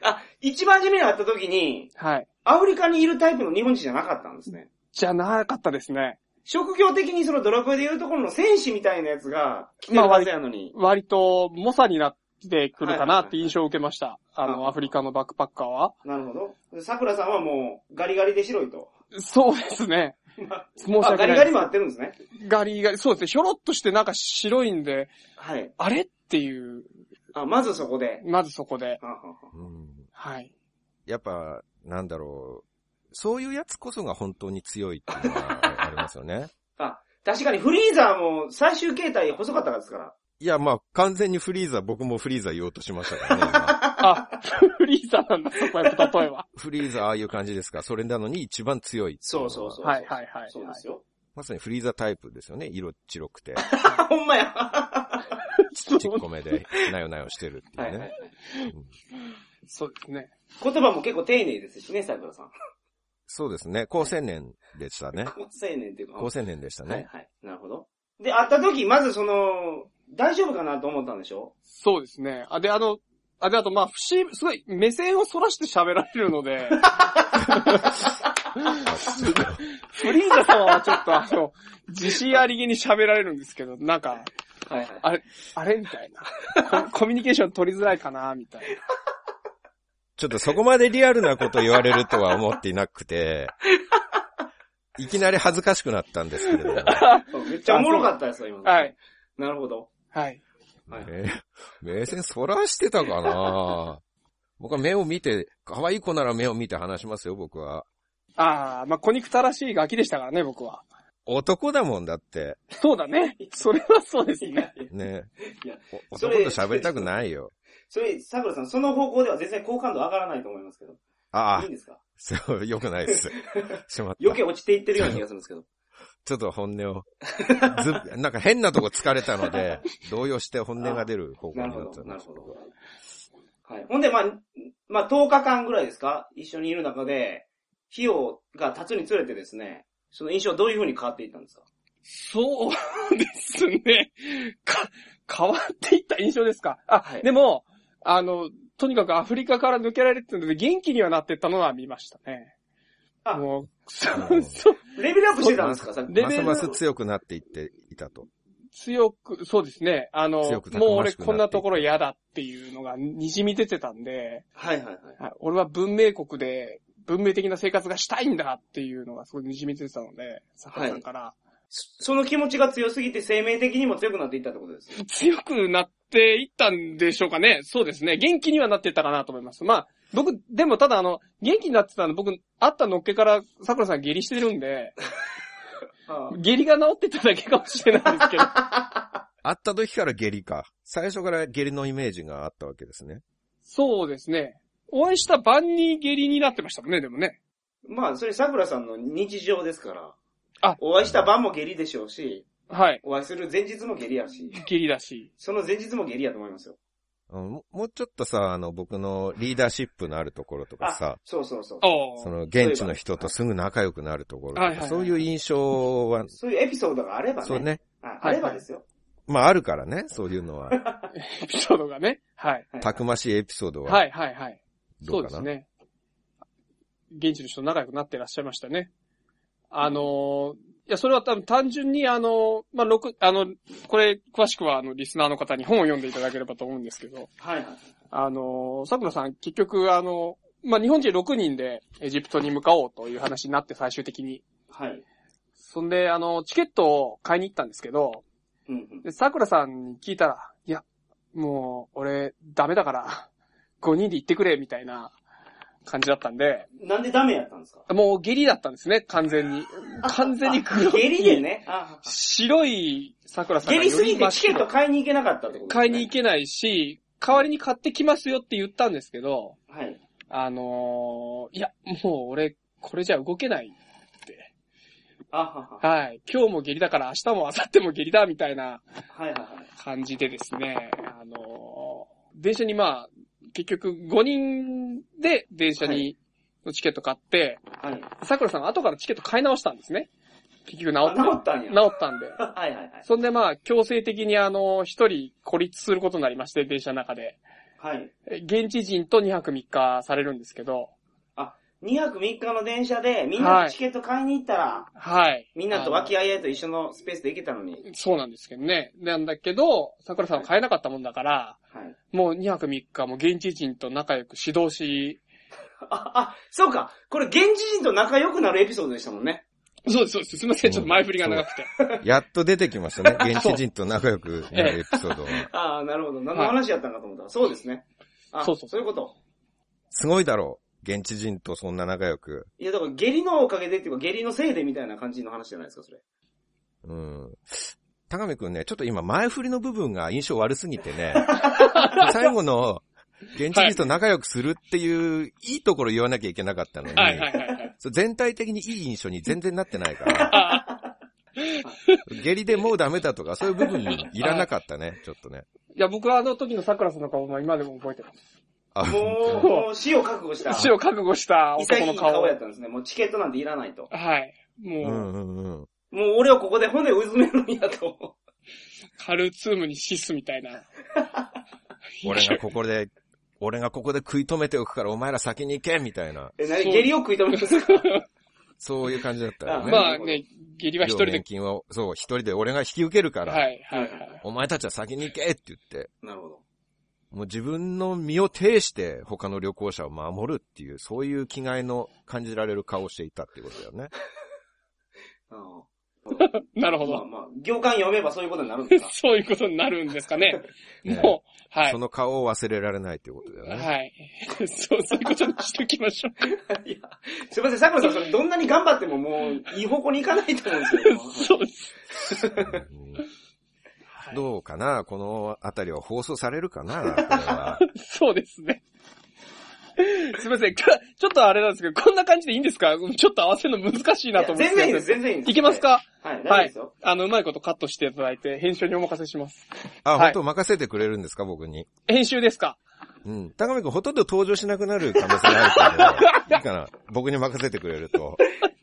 一番初めに会った時に、 はい。 アフリカにいるタイプの日本人じゃなかったんですね。 じゃなかったですね。 職業的にそのドラクエでいうところの戦士みたいなやつが来てるはずやのに。 割と、猛者になってくるかなって印象を受けました。アフリカのバックパッカーは。 なるほど。桜さんはもう、ガリガリで白いと。 そうですね。 申し訳ない。ガリガリも合ってるんですね。 ガリガリ、そうですね。ひょろっとしてなんか白いんで、 はい。 あれっていう。 まずそこで。 はい。 やっぱ、なんだろう。そういうやつこそが本当に強いっていうのはありますよね。 確かにフリーザーも最終形態細かったですから。 いや、まあ、完全にフリーザー、僕もフリーザー言おうとしましたからね。フリーザーなんだ、そこやっぱ例えば。 フリーザーああいう感じですか。それなのに一番強い。 そう。 はい。 そうですよ。 まさにフリーザータイプですよね。色白くて。 ほんまや。 ちっこめで、なよなよしてるっていうね。 そうですね。 言葉も結構丁寧ですしね、桜さん。 そうですね。高青年でしたね。 高青年っていうか。 高青年でしたね。 はい。なるほど。で、会った時、まず大丈夫かなと思ったんでしょ？ そうですね。あと、まあ、すごい、目線を反らして喋られるので、フリーザ様はちょっと自信ありげに喋られるんですけど、なんか、あれみたいな。コミュニケーション取りづらいかなみたいな。 ちょっとそこまでリアルなこと言われるとは思っていなくて、いきなり恥ずかしくなったんですけれども。 めっちゃおもろかったですよ、今。 はい。 なるほど。 はい。 目線反らしてたかな僕は目を見て、可愛い子なら目を見て話しますよ、僕は。 まあ、小憎たらしいガキでしたからね、僕は。 男だもんだって。 そうだね。それはそうですね。 ね。男と喋りたくないよ。 桜さん、その方向では全然好感度上がらないと思いますけど。いいんですか？ そう、良くないです。しまった。 余計落ちていってるような気がするんですけど。 ちょっと本音を。なんか変なとこ疲れたので、動揺して本音が出る方向になった。なるほど。 はい。ほんで、まあ、10日間ぐらいですか？一緒にいる中で、費用が経つにつれてですね、その印象はどういう風に変わっていったんですか？ そうですね。変わっていった印象ですか？ はい、 でも、とにかくアフリカから抜けられるっていうので元気にはなってったのは見ましたね。もう、 レベルアップしてたんですか？ ますます強くなっていっていたと。 そうですね。もう俺こんなところ嫌だっていうのが滲み出てたんで、 はい。 俺は文明国で文明的な生活がしたいんだっていうのがすごい滲み出てたので、桜さんから。 その気持ちが強すぎて生命的にも強くなっていったってことですね。 強くなっていったんでしょうかね。そうですね。元気にはなっていったかなと思います。まあ、でもただ元気になってたの僕、会ったのっけから桜さん下痢してるんで、下痢が治ってただけかもしれないですけど。 会った時から下痢か。最初から下痢のイメージがあったわけですね。 そうですね。お会いした晩に下痢になってましたもんね、でもね。 まあ、それ桜さんの日常ですから。お会いした晩も下痢でしょうし、 はい。 お会いする前日も下痢やし。 下痢だし。 その前日も下痢やと思いますよ。 もうちょっとさ、僕のリーダーシップのあるところとかさ、 そう。 その現地の人とすぐ仲良くなるところとか、そういう印象は、 そういうエピソードがあればね。 そうね。 あればですよ。 まああるからね、そういうのは。 エピソードがね。はい。 たくましいエピソードは。 はい。 どうかな？ そうですね。現地の人と仲良くなってらっしゃいましたね。いや、それは多分単純にこれ、詳しくはリスナーの方に本を読んでいただければと思うんですけど。 はい。 桜さん、結局日本人6人でエジプトに向かおうという話になって最終的に。 はい。 そんで、チケットを買いに行ったんですけど、で、桜さんに聞いたら、いや、もう、俺、ダメだから、5人で行ってくれ、みたいな感じだったんで。 なんでダメやったんですか？ もう下痢だったんですね、完全に。完全に下痢でね。 白い桜さんが下痢すぎてチケット買いに行けなかったってことですね。 買いに行けないし、代わりに買ってきますよって言ったんですけど、 はい。 いや、もう俺、これじゃ動けないって。はい。今日も下痢だから明日も明後日も下痢だ、みたいな感じでですね、電車に結局5人で電車に、のチケット買って、 はい。 桜さんが後からチケット買い直したんですね。結局治ったんで。 はい。 そんで強制的に一人孤立することになりまして、電車の中で。 はい。 現地人と2泊3日されるんですけど。 2泊3日の電車でみんなでチケット買いに行ったら、 はい。 みんなと和気あいあいと一緒のスペースで行けたのに。 そうなんですけどね。なんだけど、桜さんは買えなかったもんだから、はい、もう2泊3日も現地人と仲良く指導し、 そうか。これ現地人と仲良くなるエピソードでしたもんね。 そうです、そうです。すみません、ちょっと前振りが長くて。 やっと出てきましたね。現地人と仲良くなるエピソードは。 なるほど。何の話やったんかと思ったら、そうですね。そういうこと。 すごいだろう。現地人とそんな仲良く。 いや、だから下痢のおかげでっていうか、下痢のせいでみたいな感じの話じゃないですか、それ。 高見くんね、ちょっと今前振りの部分が印象悪すぎてね、最後の現地人と仲良くするっていういいところ言わなきゃいけなかったのに、全体的にいい印象に全然なってないから、下痢でもうダメだとかそういう部分いらなかったね、ちょっとね。 いや、僕はあの時の桜さんの顔も今でも覚えてます。 もう死を覚悟した。 死を覚悟した男の顔。 顔やったんですね。もうチケットなんていらないと。 はい。 もう俺をここで骨をうずめるんやと。 カルツームにシスみたいな。 俺がここで食い止めておくからお前ら先に行けみたいな。 何下痢を食い止めるんですか？ そういう感じだったよね。 まあね、下痢は一人で。 年金を、そう、一人で俺が引き受けるから。 はい。 お前たちは先に行けって言って。 なるほど。 もう自分の身を挺して他の旅行者を守るっていう、そういう気概の感じられる顔をしていたっていうことだよね。 なるほど。 まあ、行間読めばそういうことになるんですか？ そういうことになるんですかね。 もう、はい。その顔を忘れられないっていうことだよね。 はい。そういうことにしておきましょう。 いや、すいません、桜さん、それどんなに頑張ってももう、いい方向に行かないと思うんですよ。 そうです。 どうかな、このあたりは放送されるかな、これは。 そうですね。すいません。ちょっとあれなんですけど、こんな感じでいいんですか？ちょっと合わせるの難しいなと思って。 全然いいです、全然いいです。 いけますか？ はい、大丈夫ですよ。 うまいことカットしていただいて、編集にお任せします。 本当任せてくれるんですか、僕に。 編集ですか？ 高見くんほとんど登場しなくなる可能性があるけど、いいかな。僕に任せてくれると。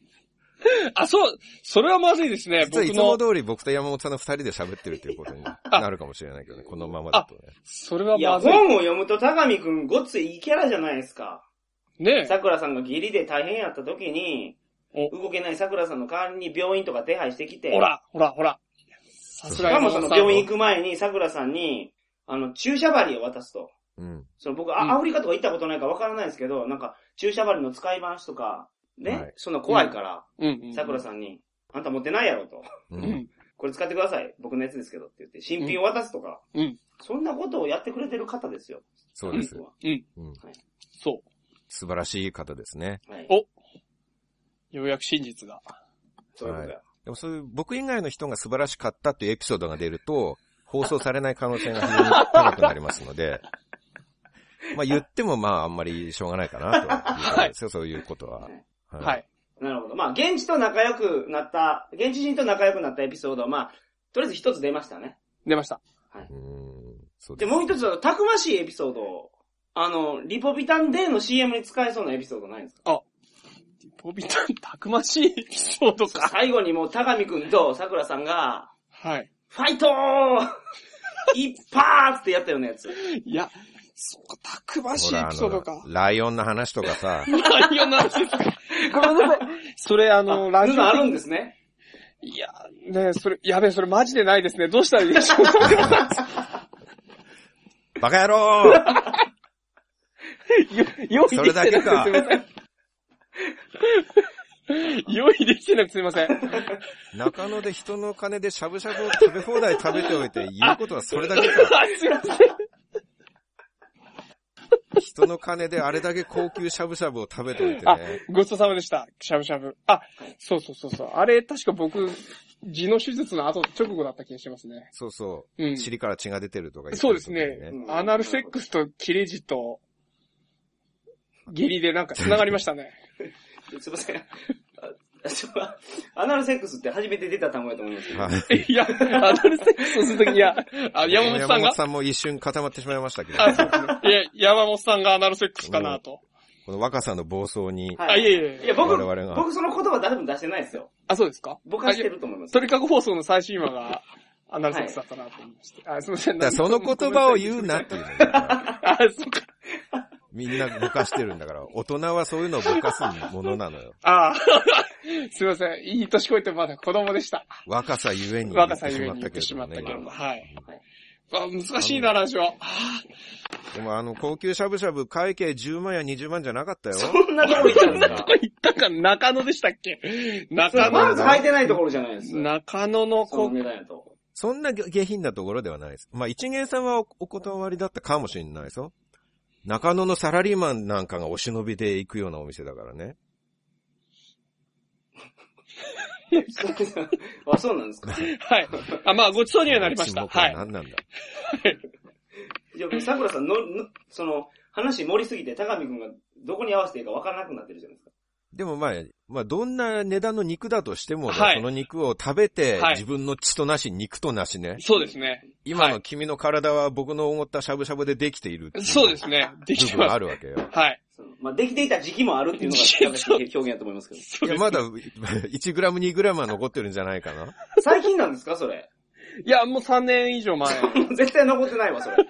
それはまずいですね。 実はいつも通り僕と山本さんの二人で喋ってるっていうことになるかもしれないけどね、このままだとね。 それはまずい。 いや、本を読むと高見くんごっついいキャラじゃないですか。ねえ。桜さんがギリで大変やった時に、動けない桜さんの代わりに病院とか手配してきて。 ほら。 さすがに。しかもその病院行く前に桜さんに、注射針を渡すと。僕、アフリカとか行ったことないからわからないですけど、なんか、注射針の使い回しとか、ね、はい、そんな怖いから、桜さんに、あんた持ってないやろと。これ使ってください。僕のやつですけどって言って、新品を渡すとか、そんなことをやってくれてる方ですよ。 そうです。 そう。 素晴らしい方ですね。 はい、ようやく真実が。 そういうことだ。 でもそういう僕以外の人が素晴らしかったっていうエピソードが出ると、放送されない可能性が非常に高くなりますので、言ってもあんまりしょうがないかなということですよ、そういうことは。 はい。 なるほど。現地人と仲良くなったエピソードは、とりあえず一つ出ましたね。 出ました。 はい。 そうです。で、もう一つ、たくましいエピソード、リポビタンデーの CM に使えそうなエピソードないんですか？ リポビタン、たくましいエピソードか。 最後にもう、高見くんと桜さんが、 はい。 ファイトー一発ってやったようなやつ。 いや、そうか、たくましいエピソードか。 ライオンの話とかさ。 ライオンの話ですか。ごめんなさい。それラジオ。あるんですね。 いや、ねそれマジでないですね。どうしたらいいでしょうバカ野郎用意できてなくてすいません。用意できてなくてすいません。 中野で人の金でしゃぶしゃぶを食べ放題食べておいて言うことはそれだけか。 すいません。 人の金であれだけ高級しゃぶしゃぶを食べておいてね。 ごちそうさまでした。しゃぶしゃぶ。そう。あれ、確か僕、痔の手術の直後だった気がしますね。 そう。尻から血が出てるとか言って、 そうですね。アナルセックスと切れ痔と、下痢でなんか繋がりましたね。 すいません。アナルセックスって初めて出た単語だと思いますけど。 いや、アナルセックスをするとき、山本さんがも一瞬固まってしまいましたけど。 そうですね。山本さんがアナルセックスかなと。 この若さの暴走に。 いや、僕その言葉誰も出してないですよ。 そうですか？ 僕はしてると思います。 鳥かご放送の最新話が、 アナルセックスだったなと思いまして。すみません。 だその言葉を言うなっていうの。そうか。みんなぼかしてるんだから、大人はそういうのをぼかすものなのよ。 すみません。いい年こいてまだ子供でした。 若さゆえに言ってしまったけども。はい。難しいな、ラジオ。 でも高級しゃぶしゃぶ会計10万や20万じゃなかったよ。 そんなところ行ったんですか？ 行ったか、中野でしたっけ？中野。 まず履いてないところじゃないですか。 中野のそんな下品なところではないです。まあ、一元さんはお断りだったかもしれないですよ。中野のサラリーマンなんかがお忍びで行くようなお店だからね。 そうなんですか？ はい。まあ、ごちそうにはなりました。はい。 何なんだ。 じゃあ、桜さんの、話盛りすぎて、高見くんがどこに合わせていいか分からなくなってるじゃないですか。 でもまあ、どんな値段の肉だとしても、その肉を食べて、自分の血となし、肉となしね。 そうですね。 今の君の体は僕の思ったしゃぶしゃぶでできている。 そうですね。 できてます。あるわけよ。 はい。まあ、できていた時期もあるっていうのが正しい表現だと思いますけど。 いや、まだ1グラム2グラムは残ってるんじゃないかな。 最近なんですか、それ。 いや、もう3年以上前。 絶対残ってないわ、それ。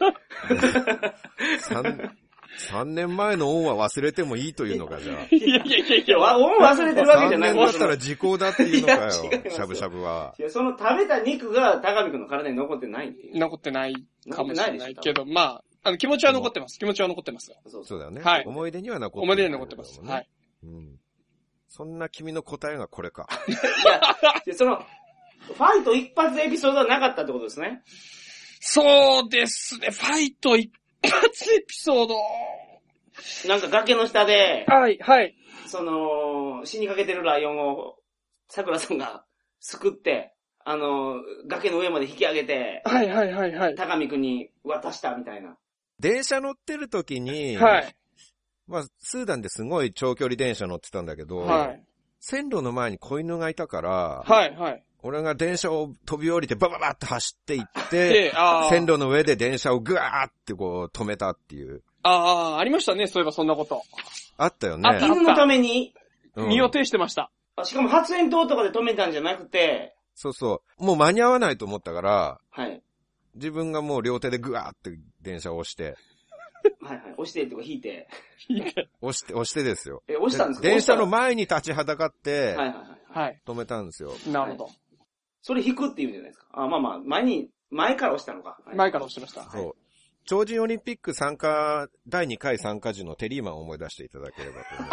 3年前の恩は忘れてもいいというのか、じゃあ。 いや、恩忘れてるわけじゃない。 3年だったら時効だっていうのかよ、しゃぶしゃぶは。 いや、その食べた肉が高見くんの体に残ってないっていう。 残ってないかもしれないけど、まあ、気持ちは残ってます。気持ちは残ってますよ。 そうだよね。 はい。 思い出には残ってます。 思い出には残ってます。はい。 うん。そんな君の答えがこれか。 いや、ファイト一発エピソードはなかったってことですね。 そうですね。ファイト一発エピソード。 なんか崖の下で、 はい。 死にかけてるライオンを、桜さんが救って、崖の上まで引き上げて、 はい。 高見くんに渡したみたいな。 電車乗ってる時に、 はい。 まあ、スーダンですごい長距離電車乗ってたんだけど、 はい。 線路の前に子犬がいたから、 はい。 俺が電車を飛び降りてバババって走っていって、線路の上で電車をぐわーってこう止めたっていう。 ありましたね、そういえばそんなこと。 あったよね。 犬のために、 身を挺してました。 しかも発煙筒とかで止めたんじゃなくて、 そう。もう間に合わないと思ったから、 はい。 自分がもう両手でぐわーって電車を押して。 はい。押してってか引いて。 押してですよ。 押したんですか？ 電車の前に立ちはだかって、 はい。 止めたんですよ。 なるほど。 それ引くって言うんじゃないですか。まあ、前から押したのか。 前から押してました。 そう。超人オリンピック第2回参加時のテリーマンを思い出していただければと思い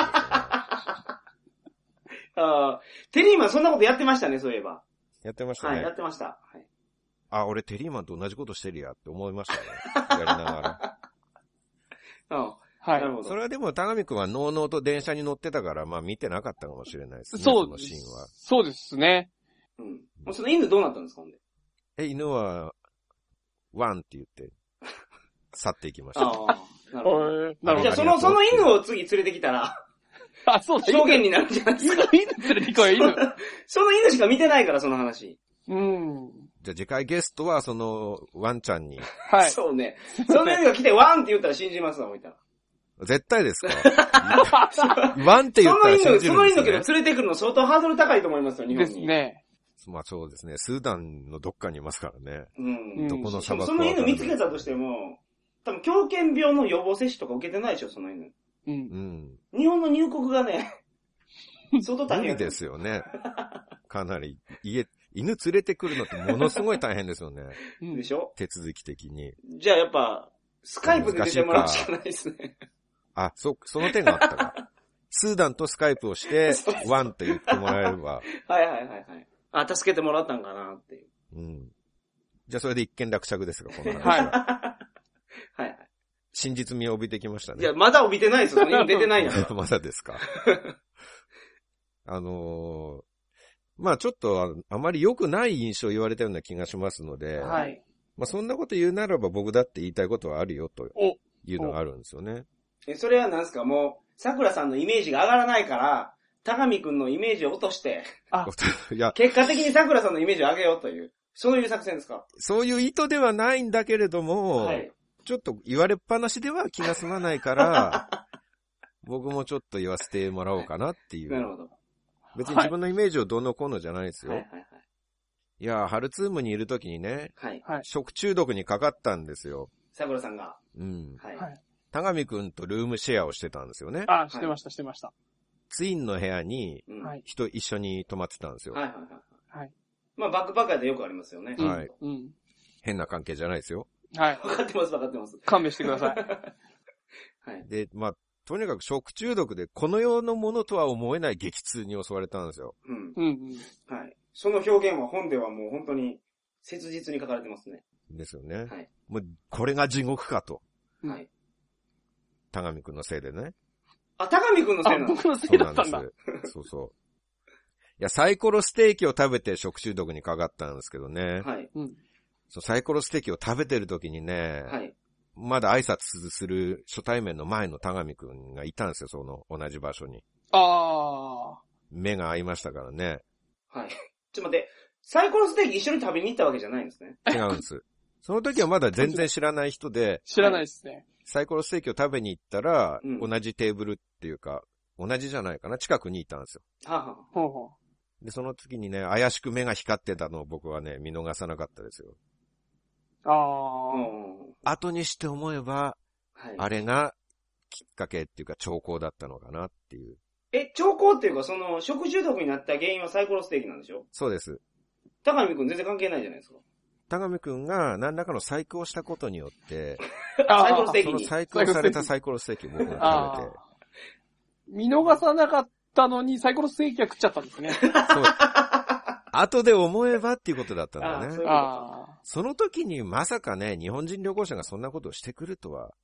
ます、テリーマンそんなことやってましたね、そういえば。 やってましたね。 はい、やってました。 はい、俺テリーマンと同じことしてるやって思いましたね。やりながら。 はい。 なるほど。 それはでも、高見くんはノーノーと電車に乗ってたから、まあ見てなかったかもしれないですね。そのシーンは。 そうですね。 もうその犬どうなったんですか、ほんで。 犬は、ワンって言って、去っていきました。 なるほど。じゃあその犬を次連れてきたら、 そうだ、 証言になるじゃないですか。 犬連れてこい、犬。 その犬しか見てないから、その話。 じゃあ次回ゲストは、その、ワンちゃんに。 はい。そうね。その犬が来てワンって言ったら信じますわ、置いたら。 絶対ですか？ワンって言ったら信じるんですよね。 その犬けど連れてくるの相当ハードル高いと思いますよ、日本に。 ですね。 まあそうですね。スーダンのどっかにいますからね。どこの砂漠か。 その犬見つけたとしても、多分狂犬病の予防接種とか受けてないでしょ、その犬。日本の入国がね、相当大変。 無理ですよね。かなり。犬連れてくるのってものすごい大変ですよね。 でしょ？ 手続き的に。 じゃあやっぱ、スカイプで出てもらうしかないですね。 その点があったか。スーダンとスカイプをして、ワンって言ってもらえれば。 はい。助けてもらったんかなっていう。 じゃあそれで一見落着ですが、この話は。 はい。 真実味を帯びてきましたね。 いや、まだ帯びてないですよ。出てないんだ。 まだですか。まあちょっとあまり良くない印象を言われたような気がしますので、 はい。 まあそんなこと言うならば僕だって言いたいことはあるよというのがあるんですよね。 それは何ですか？もう、桜さんのイメージが上がらないから、高見くんのイメージを落として、結果的に桜さんのイメージを上げようという、そういう作戦ですか？ そういう意図ではないんだけれども、ちょっと言われっぱなしでは気が済まないから、僕もちょっと言わせてもらおうかなっていう。 なるほど。 別に自分のイメージをどうのこうのじゃないですよ。 いや、ハルツームにいるときにね、 はい。 食中毒にかかったんですよ。 桜さんが。 うん。 はい。 田上くんとルームシェアをしてたんですよね。 あ、してました。 ツインの部屋に、人一緒に泊まってたんですよ。 はい。まあ、バックパッカーでよくありますよね。 はい。変な関係じゃないですよ。 はい。 わかってます。 勘弁してください。 はい。 で、まあ、とにかく食中毒でこの世のものとは思えない激痛に襲われたんですよ。 はい。その表現は本ではもう本当に切実に書かれてますね。 ですよね。 はい。 もう、これが地獄かと。 はい。 田上くんのせいでね。 あ、田上くんのせいなの？ 僕のせいだったんだ。 そうそう。いや、サイコロステーキを食べて食中毒にかかったんですけどね。 はい。 サイコロステーキを食べてる時にね、はい。まだ挨拶する初対面の前の田上くんがいたんですよ、その同じ場所に。目が合いましたからね。 はい。ちょっと待って、サイコロステーキ一緒に食べに行ったわけじゃないんですね。 違うんです。その時はまだ全然知らない人で。 知らないですね。 サイコロステーキを食べに行ったら、同じテーブルっていうか、同じじゃないかな、近くにいたんですよ。で、その時にね、怪しく目が光ってたのを僕はね、見逃さなかったですよ。後にして思えば、あれがきっかけっていうか兆候だったのかなっていう。 兆候っていうか、その、食中毒になった原因はサイコロステーキなんでしょ？ そうです。 田上くん全然関係ないじゃないですか。 田上くんが何らかの細工をしたことによって、 サイコロステーキに。 その細工をされたサイコロステーキを僕が食べて。 見逃さなかったのにサイコロステーキは食っちゃったんですね。そう。 後で思えばっていうことだったんだね。 その時にまさかね、日本人旅行者がそんなことをしてくるとは。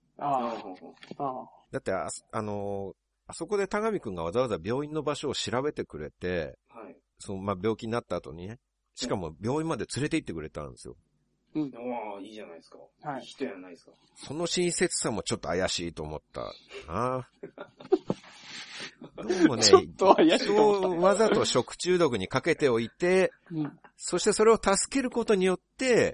だって、あそこで田上くんがわざわざ病院の場所を調べてくれて、はい、病気になった後にね、しかも病院まで連れて行ってくれたんですよ。 いいじゃないですか。はい。いい人やないですか。 その親切さもちょっと怪しいと思った。でもね、 ちょっと怪しいと思った、 ね。わざと食中毒にかけておいて、そしてそれを助けることによって、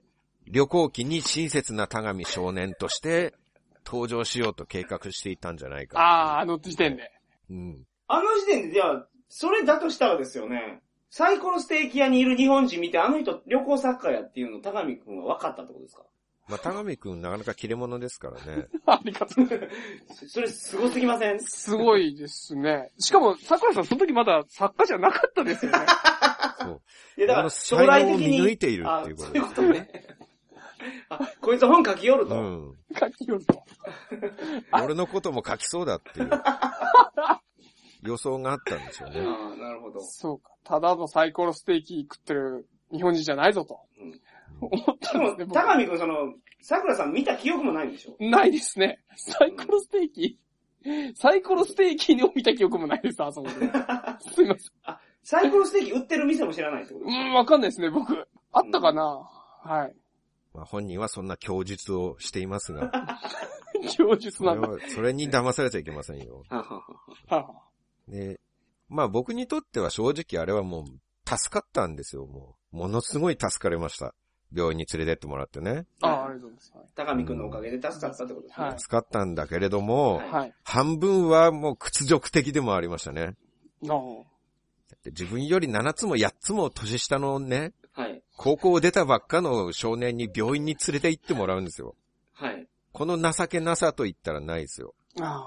旅行記に親切な田上少年として登場しようと計画していたんじゃないか。 あの時点で。 あの時点で、じゃあ、それだとしたらですよね。サイコロステーキ屋にいる日本人見て、あの人旅行作家やっていうのを田上くんは分かったってことですか？ 田上くんなかなか切れ者ですからね。 ありがとう。 それすごすぎません？ すごいですね。しかも、桜さんその時まだ作家じゃなかったですよね。 そう。 いやだから、将来的に。 見抜いているっていうことです。 そういうことね。こいつ本書き寄ると。 書き寄ると。 俺のことも書きそうだっていう。予想があったんですよね。 なるほど。 そうか。ただのサイコロステーキ食ってる日本人じゃないぞと。思ったんですね。 でも、田上くん桜さん見た記憶もないんでしょ？ ないですね。サイコロステーキ、サイコロステーキを見た記憶もないです、あそこで。すいません。 サイコロステーキ売ってる店も知らないってことですか？ わかんないですね、僕。あったかな、はい。 本人はそんな供述をしていますが。 供述なんだ。 それに騙されちゃいけませんよ。で、僕にとっては正直あれはもう助かったんですよ、ものすごい助かりました。病院に連れてってもらってね。 ありがとうございます。 高見くんのおかげで助かったってことですね。 助かったんだけれども、半分はもう屈辱的でもありましたね。だって自分より7つも8つも年下のね、高校を出たばっかの少年に病院に連れて行ってもらうんですよ。この情けなさと言ったらないですよ。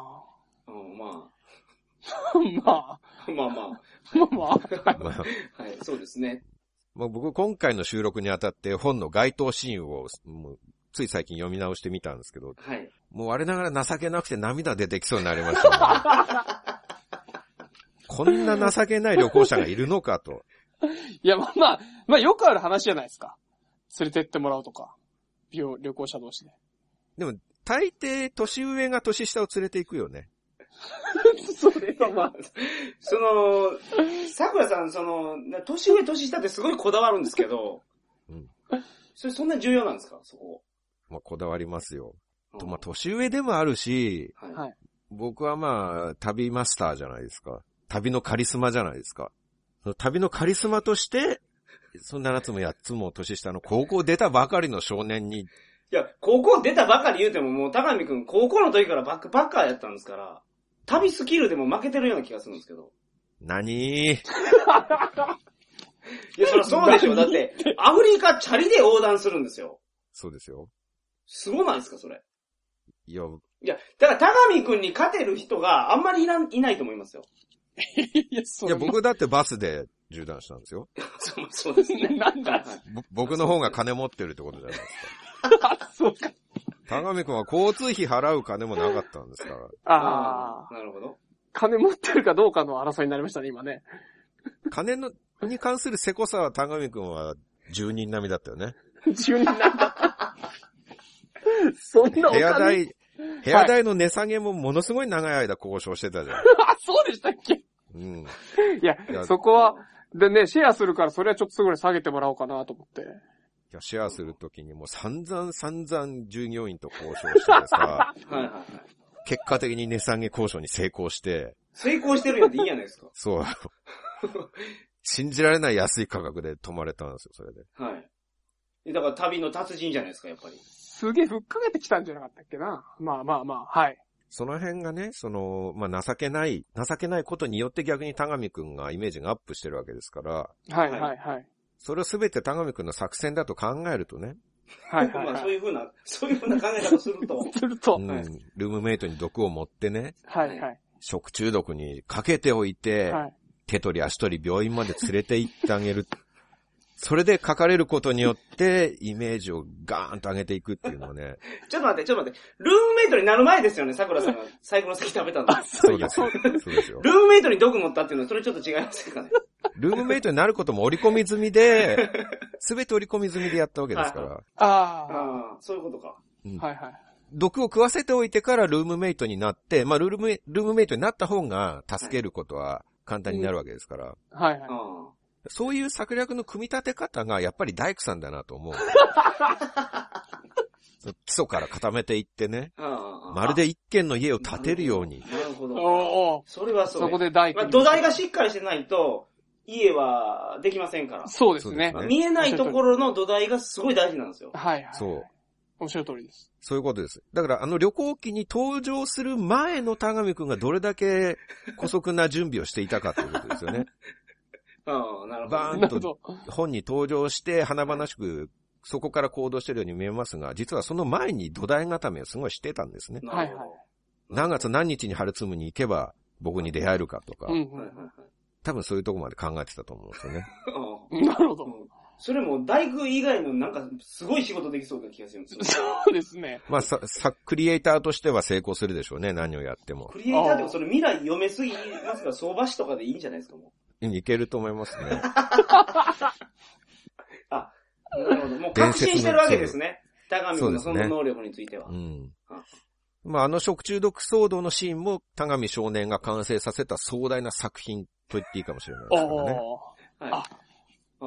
そうですね。 僕今回の収録にあたって本の該当シーンをつい最近読み直してみたんですけど、もう我ながら情けなくて涙出てきそうになりましたね。こんな情けない旅行者がいるのかと。 いや、よくある話じゃないですか。連れてってもらうとか。旅行者同士で。 でも、大抵、年上が年下を連れて行くよね。 それは桜さん、年上年下ってすごいこだわるんですけど、そんな重要なんですか、そこ。 こだわりますよ。年上でもあるし、僕は旅マスターじゃないですか。旅のカリスマじゃないですか。その旅のカリスマとして、その7つも8つも年下の高校出たばかりの少年に。 いや、高校出たばかり言うてももう高見くん高校の時からバックパッカーやったんですから、旅スキルでも負けてるような気がするんですけど。 何いや、そりゃそうでしょ。だって、アフリカチャリで横断するんですよ。 そうですよ。 すごないですか、それ。 いや、 だから、田上くんに勝てる人があんまりいないと思いますよ。 いや、僕だってバスで縦断したんですよ。 そうですね。 なんだ僕の方が金持ってるってことじゃないですか。そうか。 田上くんは交通費払う金もなかったんですから。 ああ。 なるほど。 金持ってるかどうかの争いになりましたね、今ね。 金に関するせこさは田上くんは10人並みだったよね。 10人並みだった。そんなお金。 部屋代の値下げもものすごい長い間交渉してたじゃん。 あ、そうでしたっけ？ うん。 いや、そこは、でね、シェアするからそれはちょっとすぐに下げてもらおうかなと思って。 いや、シェアするときにもう散々従業員と交渉してさ、 はいはいはい。 結果的に値下げ交渉に成功して。 成功してるやんっていいじゃないですか。 そう。信じられない安い価格で泊まれたんですよ、それで。 はい。だから旅の達人じゃないですか、やっぱり。 すげえふっかけてきたんじゃなかったっけな。まあ、はい。 その辺がね、情けないことによって逆に田上くんがイメージがアップしてるわけですから。 はいはいはい。 それをすべて田上くんの作戦だと考えるとね。 はいはい、はい。 まあそういうふうな考え方をすると。 うん、ルームメイトに毒を持ってね。 はいはい。 食中毒にかけておいて、はい、手取り足取り病院まで連れて行ってあげる。それで書かれることによって、イメージをガーンと上げていくっていうのはね。 ちょっと待って。ルームメイトになる前ですよね、桜さんが最後の席食べたの。 そうですよ。そうですよ。 ルームメイトに毒持ったっていうのは、それちょっと違いますかね。 ルームメイトになることも織り込み済みで、すべて織り込み済みでやったわけですから。 ああ、そういうことか。 うん、はいはい。 毒を食わせておいてからルームメイトになって、まあルームメイトになった方が助けることは簡単になるわけですから。 はいはい。 そういう策略の組み立て方がやっぱり大工さんだなと思う。基礎から固めていってね。まるで一軒の家を建てるように。 なるほど。それはそう。 そこで大工。 土台がしっかりしてないと、家はできませんから。 そうですね。 見えないところの土台がすごい大事なんですよ。 はいはい。 そう。 おっしゃる通りです。 そういうことです。だから旅行記に登場する前の田上くんがどれだけ姑息な準備をしていたかということですよね。 ああ、なるほど。 バーンと本に登場して華々しくそこから行動しているように見えますが、実はその前に土台固めをすごいしてたんですね。 はいはい。 何月何日にハルツムに行けば僕に出会えるかとか、多分そういうところまで考えてたと思うんですよね。 なるほど。 それも大工以外のなんかすごい仕事できそうな気がするんですよ。 そうですね。 まあクリエイターとしては成功するでしょうね、何をやっても。 クリエイターってそれ未来読めすぎますから相場師とかでいいんじゃないですか、もう。 いけると思いますね。 あ、なるほど。もう確信してるわけですね。田上君のその能力については。 うん。まあ食中毒騒動のシーンも田上少年が完成させた壮大な作品と言っていいかもしれないですからね。 はい、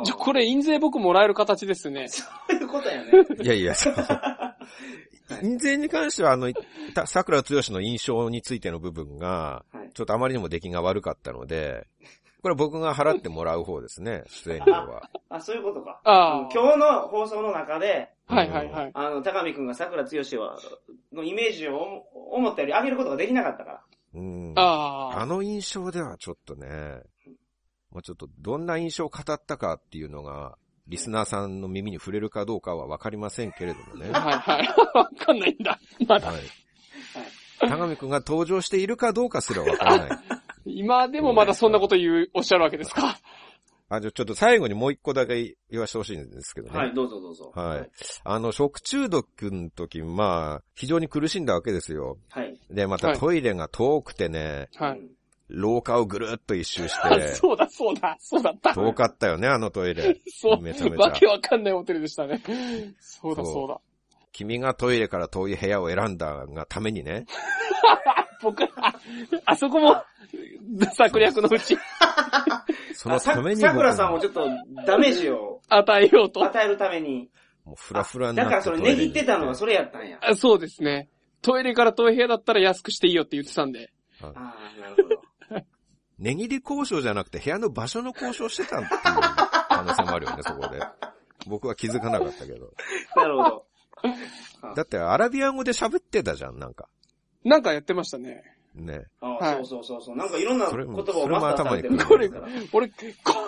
じゃ、これ印税僕もらえる形ですね。 そういうことやね。 いやいや、印税に関しては桜剛の印象についての部分が、ちょっとあまりにも出来が悪かったので、これ僕が払ってもらう方ですね、出演料は。 あ、そういうことか。今日の放送の中で、 はいはいはい。 高見くんが桜剛のイメージを思ったより上げることができなかったから。 あの印象ではちょっとね、もうちょっとどんな印象を語ったかっていうのが、リスナーさんの耳に触れるかどうかはわかりませんけれどもね。 はいはい。わかんないんだ。まだ。はい。 高見くんが登場しているかどうかすらわからない。 今でもまだそんなことおっしゃるわけですか。 じゃあちょっと最後にもう一個だけ言わせてほしいんですけどね。 はい、どうぞどうぞ。 はい。食中毒の時、まあ、非常に苦しんだわけですよ。 はい。 で、またトイレが遠くてね。 はい。 廊下をぐるっと一周して。 そうだった。 遠かったよね、あのトイレ。 そう。めちゃめちゃ。わけわかんないホテルでしたね。そうだ。 君がトイレから遠い部屋を選んだがためにね。 僕あそこも、策略のうち。 そのために桜さんもちょっとダメージを与えようと。 与えるために。 もうフラフラになって。 だからそれ値切ってたのはそれやったんや。 そうですね。トイレから遠い部屋だったら安くしていいよって言ってたんで。 ああ、なるほど。 値切り交渉じゃなくて部屋の場所の交渉してたっていう可能性もあるよね、そこで。僕は気づかなかったけど。 なるほど。 だってアラビア語で喋ってたじゃん、なんか。 なんかやってましたね。 ね。 そう。なんかいろんな言葉をマスターされてる。 俺、こんなん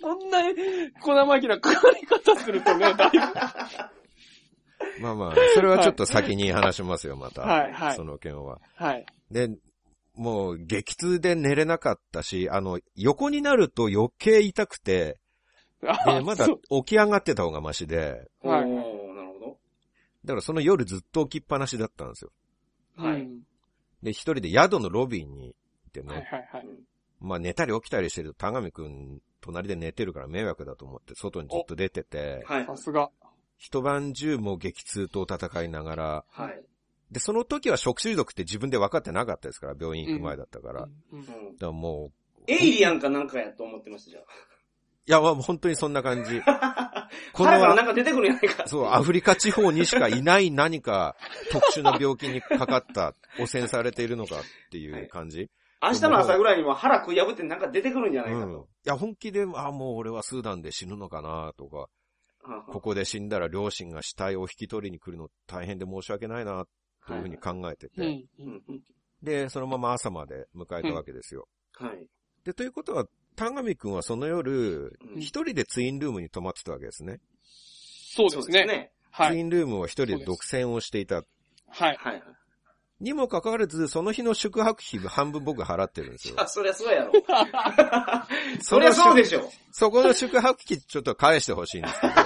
そんな小生意気な書かれ方するとね、だいぶ。 まあまあ、それはちょっと先に話しますよ、また。 はい、はい。 その件は。 はい。 で、もう、激痛で寝れなかったし、横になると余計痛くて、で、まだ起き上がってた方がマシで。 はい。なるほど。 だからその夜ずっと起きっぱなしだったんですよ。 はい。 で、一人で宿のロビーにいてね。 はいはいはい。 まあ寝たり起きたりしてると、田上くん隣で寝てるから迷惑だと思って外にずっと出てて。 はい。さすが。 一晩中もう激痛と戦いながら。 はい。 で、その時は食中毒って自分で分かってなかったですから、病院行く前だったから。だからもう。 エイリアンかなんかやと思ってました、じゃあ。 いや、まあ本当にそんな感じ。 このなんか出てくるんやないか。 そう、アフリカ地方にしかいない何か特殊な病気にかかった、汚染されているのかっていう感じ。 はい、明日の朝ぐらいにも腹食い破ってなんか出てくるんじゃないかと。 いや、本気で、もう俺はスーダンで死ぬのかなとか、ここで死んだら両親が死体を引き取りに来るの大変で申し訳ないな、というふうに考えてて。で、そのまま朝まで迎えたわけですよ。 はい。 で、ということは、田上くんはその夜、一人でツインルームに泊まってたわけですね。 そうですね。 はい。ツインルームを一人で独占をしていた。 はい。 はい。 にもかかわらず、その日の宿泊費半分僕払ってるんですよ。 そりゃそうやろ。そりゃそうでしょ。 そこの宿泊費ちょっと返してほしいんですけど。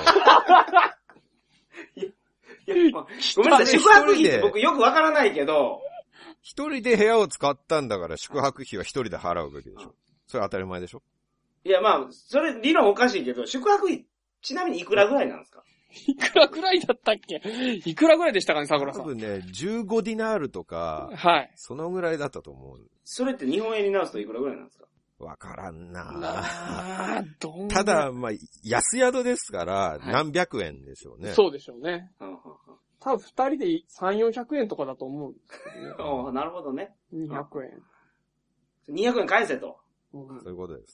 ごめんなさい、宿泊費って僕よくわからないけど。 一人で部屋を使ったんだから宿泊費は一人で払うべきでしょ。それ当たり前でしょ。 いや、まあ、それ理論おかしいけど、宿泊費、ちなみにいくらぐらいなんですか？ いくらぐらいだったっけ？いくらぐらいでしたかね、桜さん。 多分ね、15ディナールとか、 はい。 そのぐらいだったと思う。 それって日本円に直すといくらぐらいなんですか？ わからんなぁ。 ただ、まあ、安宿ですから、何百円でしょうね。 そうでしょうね。多分二人で3、400円とかだと思うんですけどね。 なるほどね。 200円。 200円返せと。 そういうことです。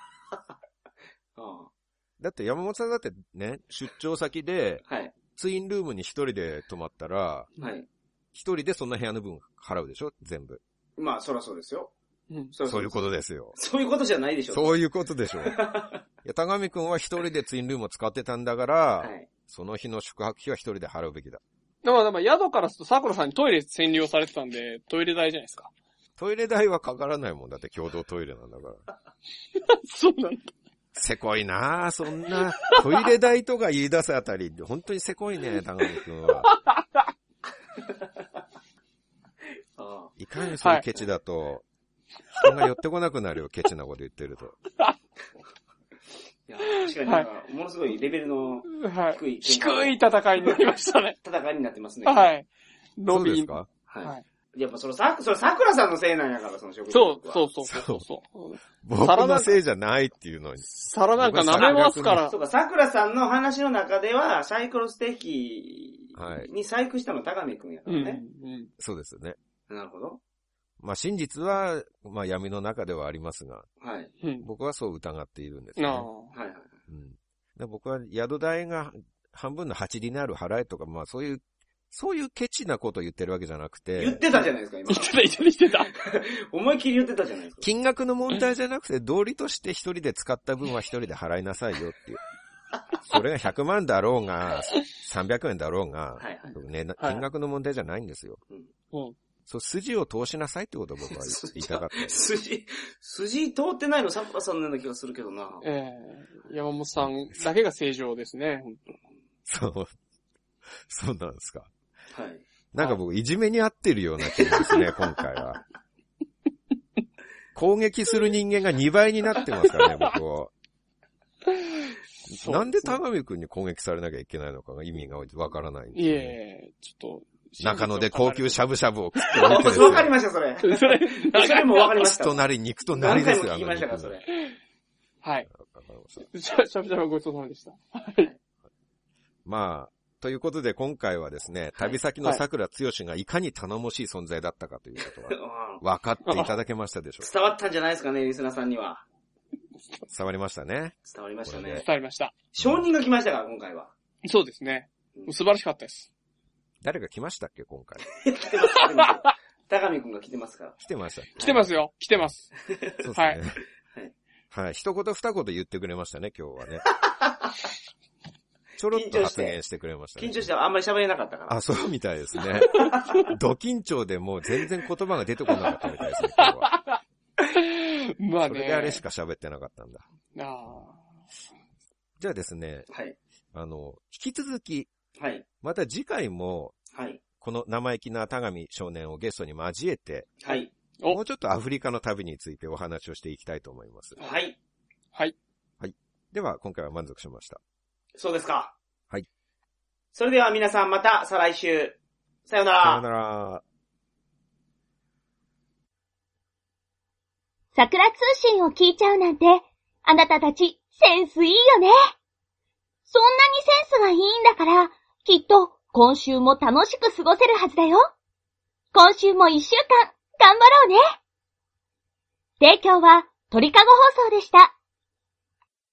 だって山本さんだってね、出張先で、ツインルームに一人で泊まったら、一人でそんな部屋の分払うでしょ全部。 まあ、そらそうですよ。 そういうことですよ。 そういうことじゃないでしょ。 そういうことでしょ。いや、田上くんは一人でツインルームを使ってたんだから、その日の宿泊費は一人で払うべきだ。 でも宿からすると桜さんにトイレ占領されてたんで、トイレ代じゃないですか。 トイレ代はかからないもんだって共同トイレなんだから。 そうなんだ。 せこいなぁ、そんな、トイレ代とか言い出すあたり、本当にせこいね、田上くんは。いかにそういうケチだと、人が寄ってこなくなるよ、ケチなこと言ってると。 いや、確かになんか、ものすごいレベルの低い、 低い戦いになりましたね。 戦いになってますね。 はい。 ロビー。そうですか？ はい。やっぱそれ桜さんのせいなんやから、その食事。 そう。 僕のせいじゃないっていうのに。 皿なんか舐めますから。 そうか、桜さんの話の中では、サイクロステーキに細工したの高見くんやからね。 そうですよね。 なるほど。 まあ真実は、まあ闇の中ではありますが、 はい。 僕はそう疑っているんですね。 はいはい。 で僕は宿代が半分の8ディナール払えとか、まあそういうケチなことを言ってるわけじゃなくて。 言ってたじゃないですか、今。 言ってた。 思いっきり言ってたじゃないですか。 金額の問題じゃなくて、道理として一人で使った分は一人で払いなさいよっていう。それが100万だろうが、300円だろうが、金額の問題じゃないんですよ。そう、筋を通しなさいってことを僕は言いたかった。 筋通ってないの桜さんのような気がするけどな。 山本さんだけが正常ですね、 そうなんですか。 はい。 なんか僕、いじめに合ってるような気がですね、今回は。攻撃する人間が2倍になってますからね、僕は。なんで田上くんに攻撃されなきゃいけないのかが意味がわからないんですよ、ね。 ちょっと。 中野で高級しゃぶしゃぶを食っておいてる。わかりました、それ。それもわかりました。 血となり、肉となりですよ、 聞きましたか、それ。 はい。しゃぶしゃぶごちそうさまでした。はい。 まあ、ということで今回はですね、旅先の桜剛がいかに頼もしい存在だったかということは、分かっていただけましたでしょうか。 伝わったんじゃないですかね、リスナーさんには。 伝わりましたね。 伝わりましたね。 伝わりました。 承認が来ましたから、今回は。 そうですね。素晴らしかったです。 誰か来ましたっけ、今回。 来てます。高見くんが来てますから。 来てました。 来てますよ。来てます。 そうですね。 はい。 はい。一言二言言ってくれましたね、今日はね。ちょろっと発言してくれましたね。 緊張してあんまり喋れなかったから。 あ、そうみたいですね。ド緊張でもう全然言葉が出てこなかったみたいですね、今日は。まあね。それであれしか喋ってなかったんだ。じゃあですね。 はい。 引き続き。 はい。 また次回も。 はい。 この生意気な田上少年をゲストに交えて。 はい。 もうちょっとアフリカの旅についてお話をしていきたいと思います。 はい。 はい。 はい。では、今回は満足しました。 そうですか。 はい。 それでは皆さんまた再来週。さよなら。 さよなら。 桜通信を聞いちゃうなんて、あなたたちセンスいいよね。そんなにセンスがいいんだから、きっと今週も楽しく過ごせるはずだよ。今週も1週間頑張ろうね。提供は鳥かご放送でした。